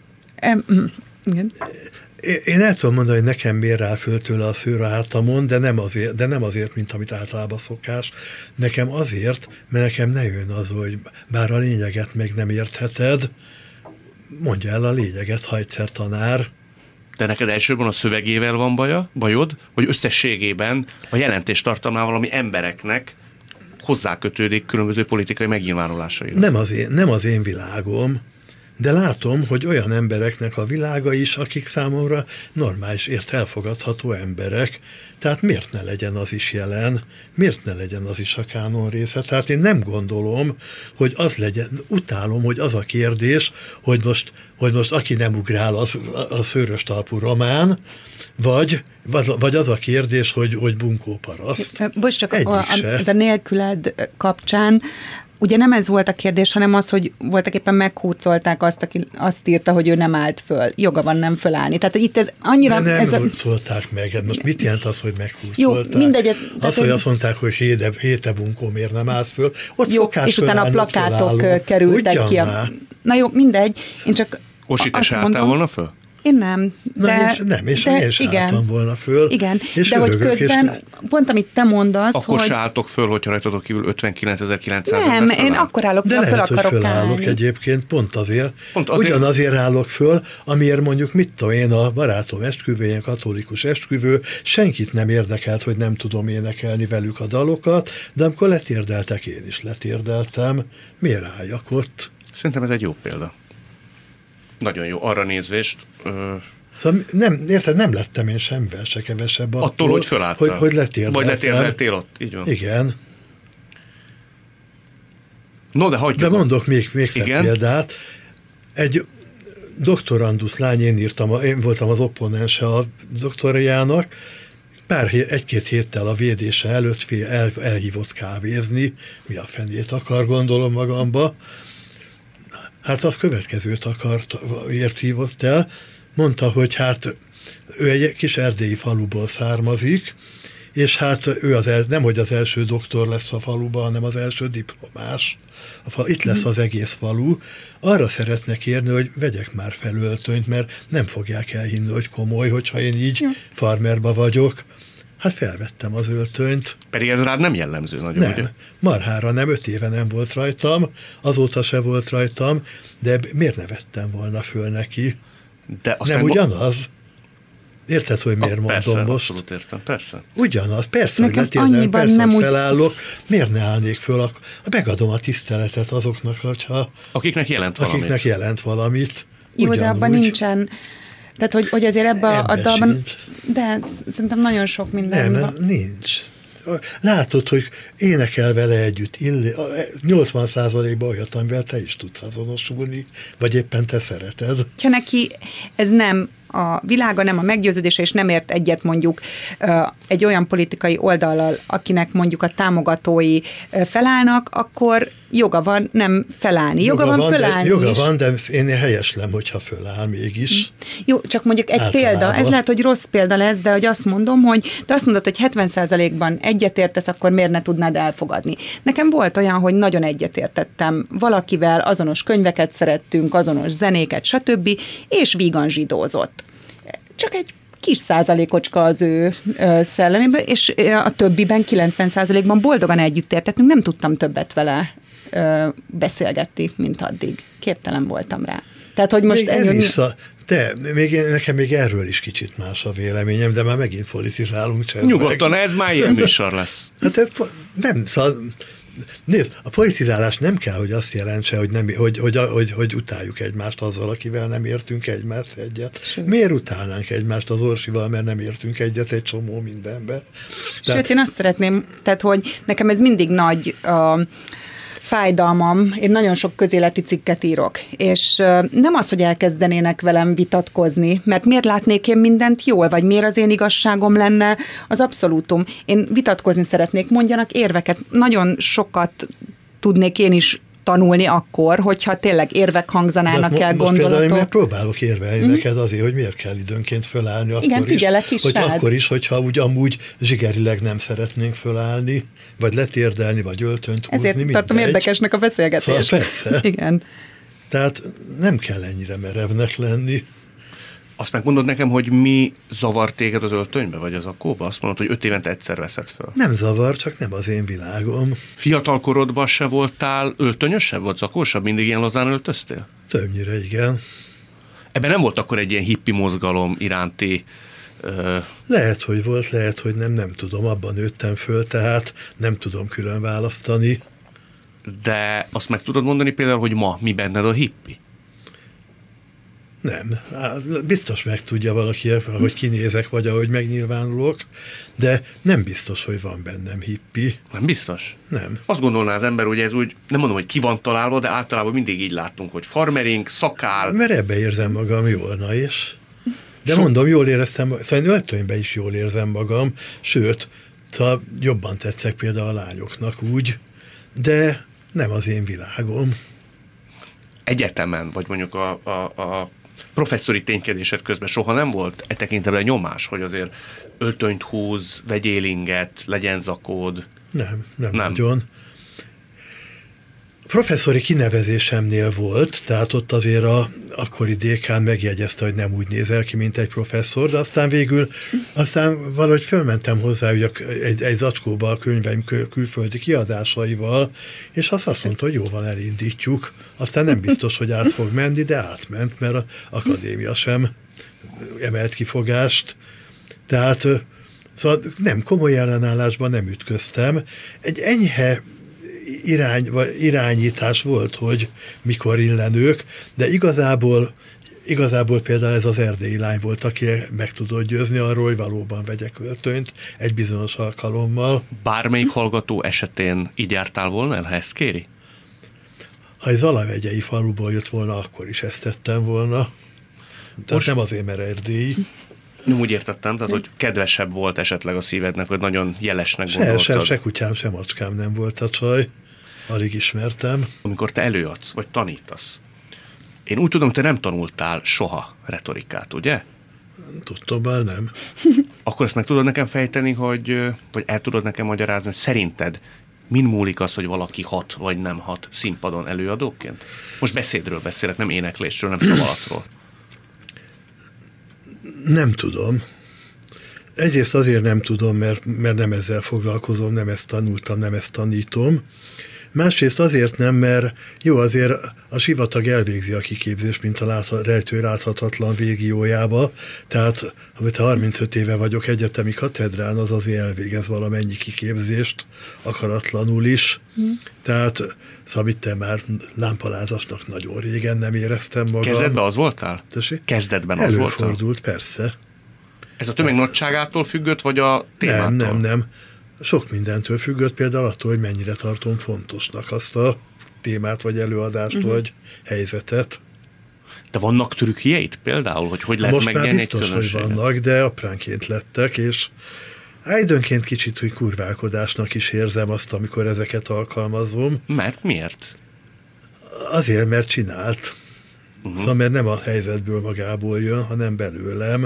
Um, igen. Én el tudom mondani, hogy nekem miért áll föl tőle a szőr a hátamon, de nem, azért, de nem azért, mint amit általában szokás. Nekem azért, mert nekem ne jön az, hogy bár a lényeget meg nem értheted, mondja el a lényeget, ha egyszer tanár. De neked elsősorban a szövegével van baja, bajod, hogy összességében a jelentés tartalmával, ami embereknek hozzákötődik különböző politikai megnyilvánulásaira. Nem az én, nem az én világom, de látom, hogy olyan embereknek a világa is, akik számomra normális, ért elfogadható emberek. Tehát miért ne legyen az is jelen? Miért ne legyen az is a kánon része? Tehát én nem gondolom, hogy az legyen, utálom, hogy az a kérdés, hogy most, hogy most aki nem ugrál, az a szőrös talpú román, vagy, vagy az a kérdés, hogy, hogy bunkóparaszt. Bocs, csak a, a, ez a nélküled kapcsán, ugye nem ez volt a kérdés, hanem az, hogy voltak éppen meghurcolták azt, aki azt írta, hogy ő nem állt föl. Joga van nem fölállni. Tehát, hogy itt ez annyira... De nem ez hurcolták a... meg. Most mit jelent az, hogy meghurcolták? Jó, mindegy. Ez, az, hogy azt mondták, hogy héte, héte bunkó miért nem állt föl. Ott jó, és utána a plakátok fölálló. Kerültek Ugyan ki. A... Na jó, mindegy. Én csak Osi, te se álltál volna föl? Én nem. De, Na, és nem, és de, én se igen, álltam volna föl. Igen, de hogy közben, és... pont amit te mondasz, akkor hogy... se álltok föl, hogyha rajtatok kívül ötvenkilencezer-kilencszáz Nem, én akkor állok föl, de föl lehet, akarok hogy fölállok állni. egyébként, pont azért. Pont azért. Ugyanazért állok föl, amiért mondjuk, mit tudom én, a barátom esküvőjén, katolikus esküvő, senkit nem érdekelt, hogy nem tudom énekelni velük a dalokat, de amikor letérdeltek, én is letérdeltem. Miért álljak ott? Szerintem ez egy jó példa. Nagyon jó, arra nézvést... Ö... Szóval nem, érted, nem lettem én semmivel se kevesebb attól, attól hogy fölálltál. Hogy, hogy letérdeltem. Vagy letérdeltél ott, így van. Igen. No, de hagyjuk. De mondok még, még szebb példát. Egy doktorandusz lány, én írtam, én voltam az opponense a doktoriának, pár hét, egy-két héttel a védése előtt fél el, elhívott kávézni, mi a fenét akar, gondolom magamba. Hát az következőt akart, ért hívott el, mondta, hogy hát ő egy kis erdélyi faluból származik, és hát ő az el, nem, hogy az első doktor lesz a faluban, hanem az első diplomás. A fal, itt lesz az egész falu. Arra szeretne kérni, hogy vegyek már felöltönyt, mert nem fogják elhinni, hogy komoly, hogyha én így farmerba vagyok. Hát felvettem az öltönyt. Pedig ez rád nem jellemző nagyon, Nem, ugye? marhára nem, öt éve nem volt rajtam, azóta se volt rajtam, de miért ne vettem volna föl neki? De Nem ugyanaz? Érted, hogy miért a, mondom persze, most? Abszolút értem, persze. Ugyanaz, persze, Nekem hogy letérdem, persze, nem hogy úgy- felállok. Miért ne állnék föl? Ak- Megadom a tiszteletet azoknak, hogyha, Akiknek jelent valamit. akiknek jelent valamit. Jó, de abban Ugyanúgy. nincsen. Tehát, hogy, hogy azért ebbe a, a Ebben dalban... sincs. De szerintem nagyon sok minden Nem, van. nincs. Látod, hogy énekel vele együtt, illi, nyolcvan százalékban olyat, amivel te is tudsz azonosulni, vagy éppen te szereted. Ha neki ez nem a világa, nem a meggyőződése, és nem ért egyet mondjuk ö, egy olyan politikai oldallal, akinek mondjuk a támogatói ö, felállnak, akkor joga van nem felállni. Joga, joga van felállni de, Joga is. van, de én helyeslem, hogyha föláll mégis. Jó, csak mondjuk egy Általában. példa, ez lehet, hogy rossz példa lesz, de hogy azt mondom, hogy te azt mondod, hogy hetven százalékban egyetértesz, akkor miért ne tudnád elfogadni? Nekem volt olyan, hogy nagyon egyetértettem valakivel, azonos könyveket szerettünk, azonos zenéket, stb., és vígan zsidózott. Csak egy kis százalékocska az ő ö, szellemében, és a többiben, kilencven százalékban boldogan együtt értettünk, nem tudtam többet vele ö, beszélgetni, mint addig. Képtelen voltam rá. Tehát, hogy most... Még ennyi, vissza, de még, nekem még erről is kicsit más a véleményem, de már megint politizálunk. Nyugodtan, ez már ilyen műsor lesz. Hát ez nem, szóval, nézd, a politizálás nem kell, hogy azt jelentse, hogy, nem, hogy, hogy, hogy, hogy utáljuk egymást azzal, akivel nem értünk egymást egyet. Sőt. Miért utálnánk egymást az Orsival, mert nem értünk egyet egy csomó mindenben? Tehát, Sőt, én azt szeretném, tehát, hogy nekem ez mindig nagy... Uh, fájdalmam, én nagyon sok közéleti cikket írok, és nem az, hogy elkezdenének velem vitatkozni, mert miért látnék én mindent jól, vagy miért az én igazságom lenne az abszolútum. Én vitatkozni szeretnék, mondjanak érveket. Nagyon sokat tudnék én is tanulni akkor, hogyha tényleg érvek hangzanának el, gondolatok. Most például én próbálok érvelni mm. neked azért, hogy miért kell időnként fölállni akkor Igen, is, is hogy rád. akkor is, hogyha úgy amúgy zsigerileg nem szeretnénk fölállni, vagy letérdelni, vagy öltönyt húzni, Ezért mindegy. tartom érdekesnek a beszélgetést. Szóval persze. Igen. Tehát nem kell ennyire merevnek lenni. Azt megmondod nekem, hogy mi zavar téged az öltönybe, vagy az akkóba? Azt mondod, hogy öt évente egyszer veszed föl. Nem zavar, csak nem az én világom. Fiatal korodban se voltál öltönyösebb, vagy zakósabb? Mindig ilyen lazán öltöztél? Többnyire igen. Ebben nem volt akkor egy ilyen hippi mozgalom iránti... Ö... Lehet, hogy volt, lehet, hogy nem, nem tudom, abban nőttem föl, tehát nem tudom külön választani. De azt meg tudod mondani például, hogy ma mi benned a hippi? Nem. Biztos meg tudja valaki, hogy kinézek, vagy ahogy megnyilvánulok, de nem biztos, hogy van bennem hippi. Nem biztos? Nem. Azt gondolná az ember, hogy ez úgy, nem mondom, hogy ki van találva, de általában mindig így láttunk, hogy farmering, szakál. Mert ebbe érzem magam jól, na és? De so- mondom, jól éreztem, szóval én öltönyben is jól érzem magam, sőt, szóval jobban tetszek például a lányoknak úgy, de nem az én világom. Egyetemen, vagy mondjuk a, a, a professzori ténykedésed közben soha nem volt e tekintetben nyomás, hogy azért öltönyt húz, vegyél inget, legyen zakód? Nem, nem, nem. nagyon. Professzori kinevezésemnél volt, tehát ott azért a akkori dékán megjegyezte, hogy nem úgy nézel ki, mint egy professzor, de aztán végül, aztán valahogy fölmentem hozzá ugye, egy, egy zacskóba a könyveim kül- külföldi kiadásaival, és azt azt mondta, hogy jóval elindítjuk. Aztán nem biztos, hogy át fog menni, de átment, mert az akadémia sem emelt kifogást. Tehát szóval nem komoly ellenállásban nem ütköztem. Egy enyhe irány, vagy irányítás volt, hogy mikor illenők, de igazából, igazából például ez az erdélyi lány volt, aki meg tudott győzni arról, hogy valóban vegyek öltönyt egy bizonyos alkalommal. Bármelyik hallgató esetén így jártál volna el, ha ezt kéri? Ha egy Zalavegyei faluból jött volna, akkor is ezt tettem volna. Tehát most nem azért, mert erdélyi. Nem úgy értettem, tehát hogy kedvesebb volt esetleg a szívednek, hogy nagyon jelesnek Se, gondoltad. se, se kutyám, se macskám nem volt a csaj. Alig ismertem. Amikor te előadsz, vagy tanítasz, én úgy tudom, te nem tanultál soha retorikát, ugye? Tudtommal nem. Akkor ezt meg tudod nekem fejteni, hogy, vagy el tudod nekem magyarázni, hogy szerinted min múlik az, hogy valaki hat, vagy nem hat színpadon előadóként? Most beszédről beszélek, nem éneklésről, nem szavalatról. Nem tudom. Egyrészt azért nem tudom, mert, mert nem ezzel foglalkozom, nem ezt tanultam, nem ezt tanítom. Másrészt azért nem, mert jó, azért a sivatag elvégzi a kiképzést, mint a látha, rejtő láthatatlan régiójába, tehát ha harmincöt éve vagyok egyetemi katedrán, az azért elvégez valamennyi kiképzést, akaratlanul is. Hmm. Tehát szóval te már lámpalázasnak nagyon régen nem éreztem magam. Kezdetben az voltál? Tessék? Kezdetben az voltál? Előfordult, persze. Ez a tömeg nagyságától függött, vagy a témától? Nem, nem, nem. Sok mindentől függött, például attól, hogy mennyire tartom fontosnak azt a témát, vagy előadást, uh-huh. vagy helyzetet. De vannak trükkjeid például, hogy hogy lehet megnyerni egy közönséget? Most már biztos, hogy vannak, de apránként lettek, és időnként kicsit, hogy kurválkodásnak is érzem azt, amikor ezeket alkalmazom. Mert miért? Azért, mert csinált. Uh-huh. Szóval, mert nem a helyzetből magából jön, hanem belőlem.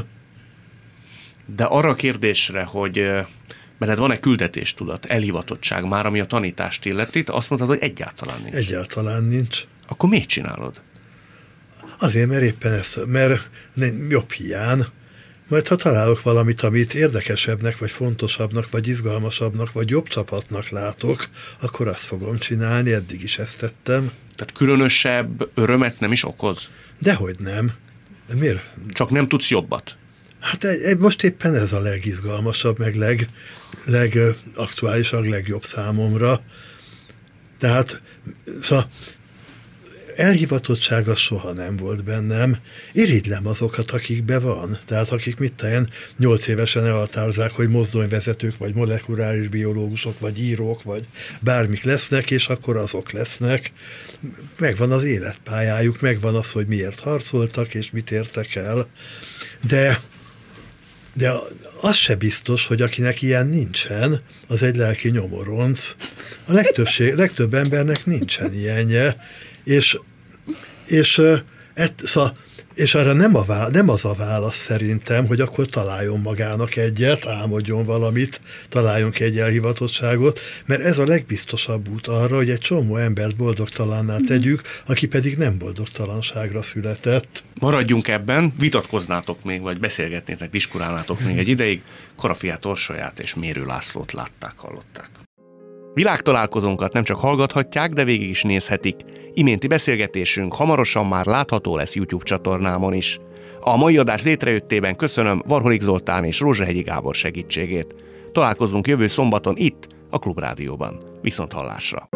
De arra a kérdésre, hogy benned van-e küldetéstudat, elhivatottság már, ami a tanítást illeti, azt mondtad, hogy egyáltalán nincs. Egyáltalán nincs. Akkor miért csinálod? Azért, mert éppen ez, mert jobb hiány. Majd ha találok valamit, amit érdekesebbnek, vagy fontosabbnak, vagy izgalmasabbnak, vagy jobb csapatnak látok, akkor azt fogom csinálni, eddig is ezt tettem. Tehát különösebb örömet nem is okoz? Dehogy nem. De miért? Csak nem tudsz jobbat? Hát most éppen ez a legizgalmasabb, meg leg, legaktuálisabb, legjobb számomra. Tehát szóval elhivatottság az soha nem volt bennem. Irigylem azokat, akikben van. Tehát akik mit tenni, nyolc évesen elhatározzák, hogy mozdonyvezetők, vagy molekuláris biológusok, vagy írók, vagy bármik lesznek, és akkor azok lesznek. Megvan az életpályájuk, megvan az, hogy miért harcoltak, és mit értek el. De De az se biztos, hogy akinek ilyen nincsen, az egy lelki nyomoronc. A legtöbbség, legtöbb embernek nincsen ilyenje, és, és, et, szóval, és arra nem, a válasz, nem az a válasz szerintem, hogy akkor találjon magának egyet, álmodjon valamit, találjon ki egy elhivatottságot, mert ez a legbiztosabb út arra, hogy egy csomó embert boldogtalanná tegyük, aki pedig nem boldogtalanságra született. Maradjunk ebben, vitatkoznátok még, vagy beszélgetnétek, diskurálnátok még egy ideig, Karafiát Orsolyát és Mérő Lászlót látták, hallották. Világtalálkozónkat nem csak hallgathatják, de végig is nézhetik. Iménti beszélgetésünk hamarosan már látható lesz YouTube csatornámon is. A mai adás létrejöttében köszönöm Varholik Zoltán és Rózsahegyi Gábor segítségét. Találkozunk jövő szombaton itt, a Klubrádióban. Viszont hallásra!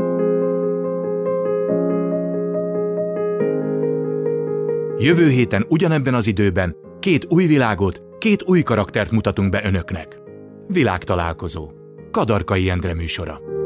Jövő héten ugyanebben az időben két új világot, két új karaktert mutatunk be önöknek. Világtalálkozó. Kadarkai Endre műsora.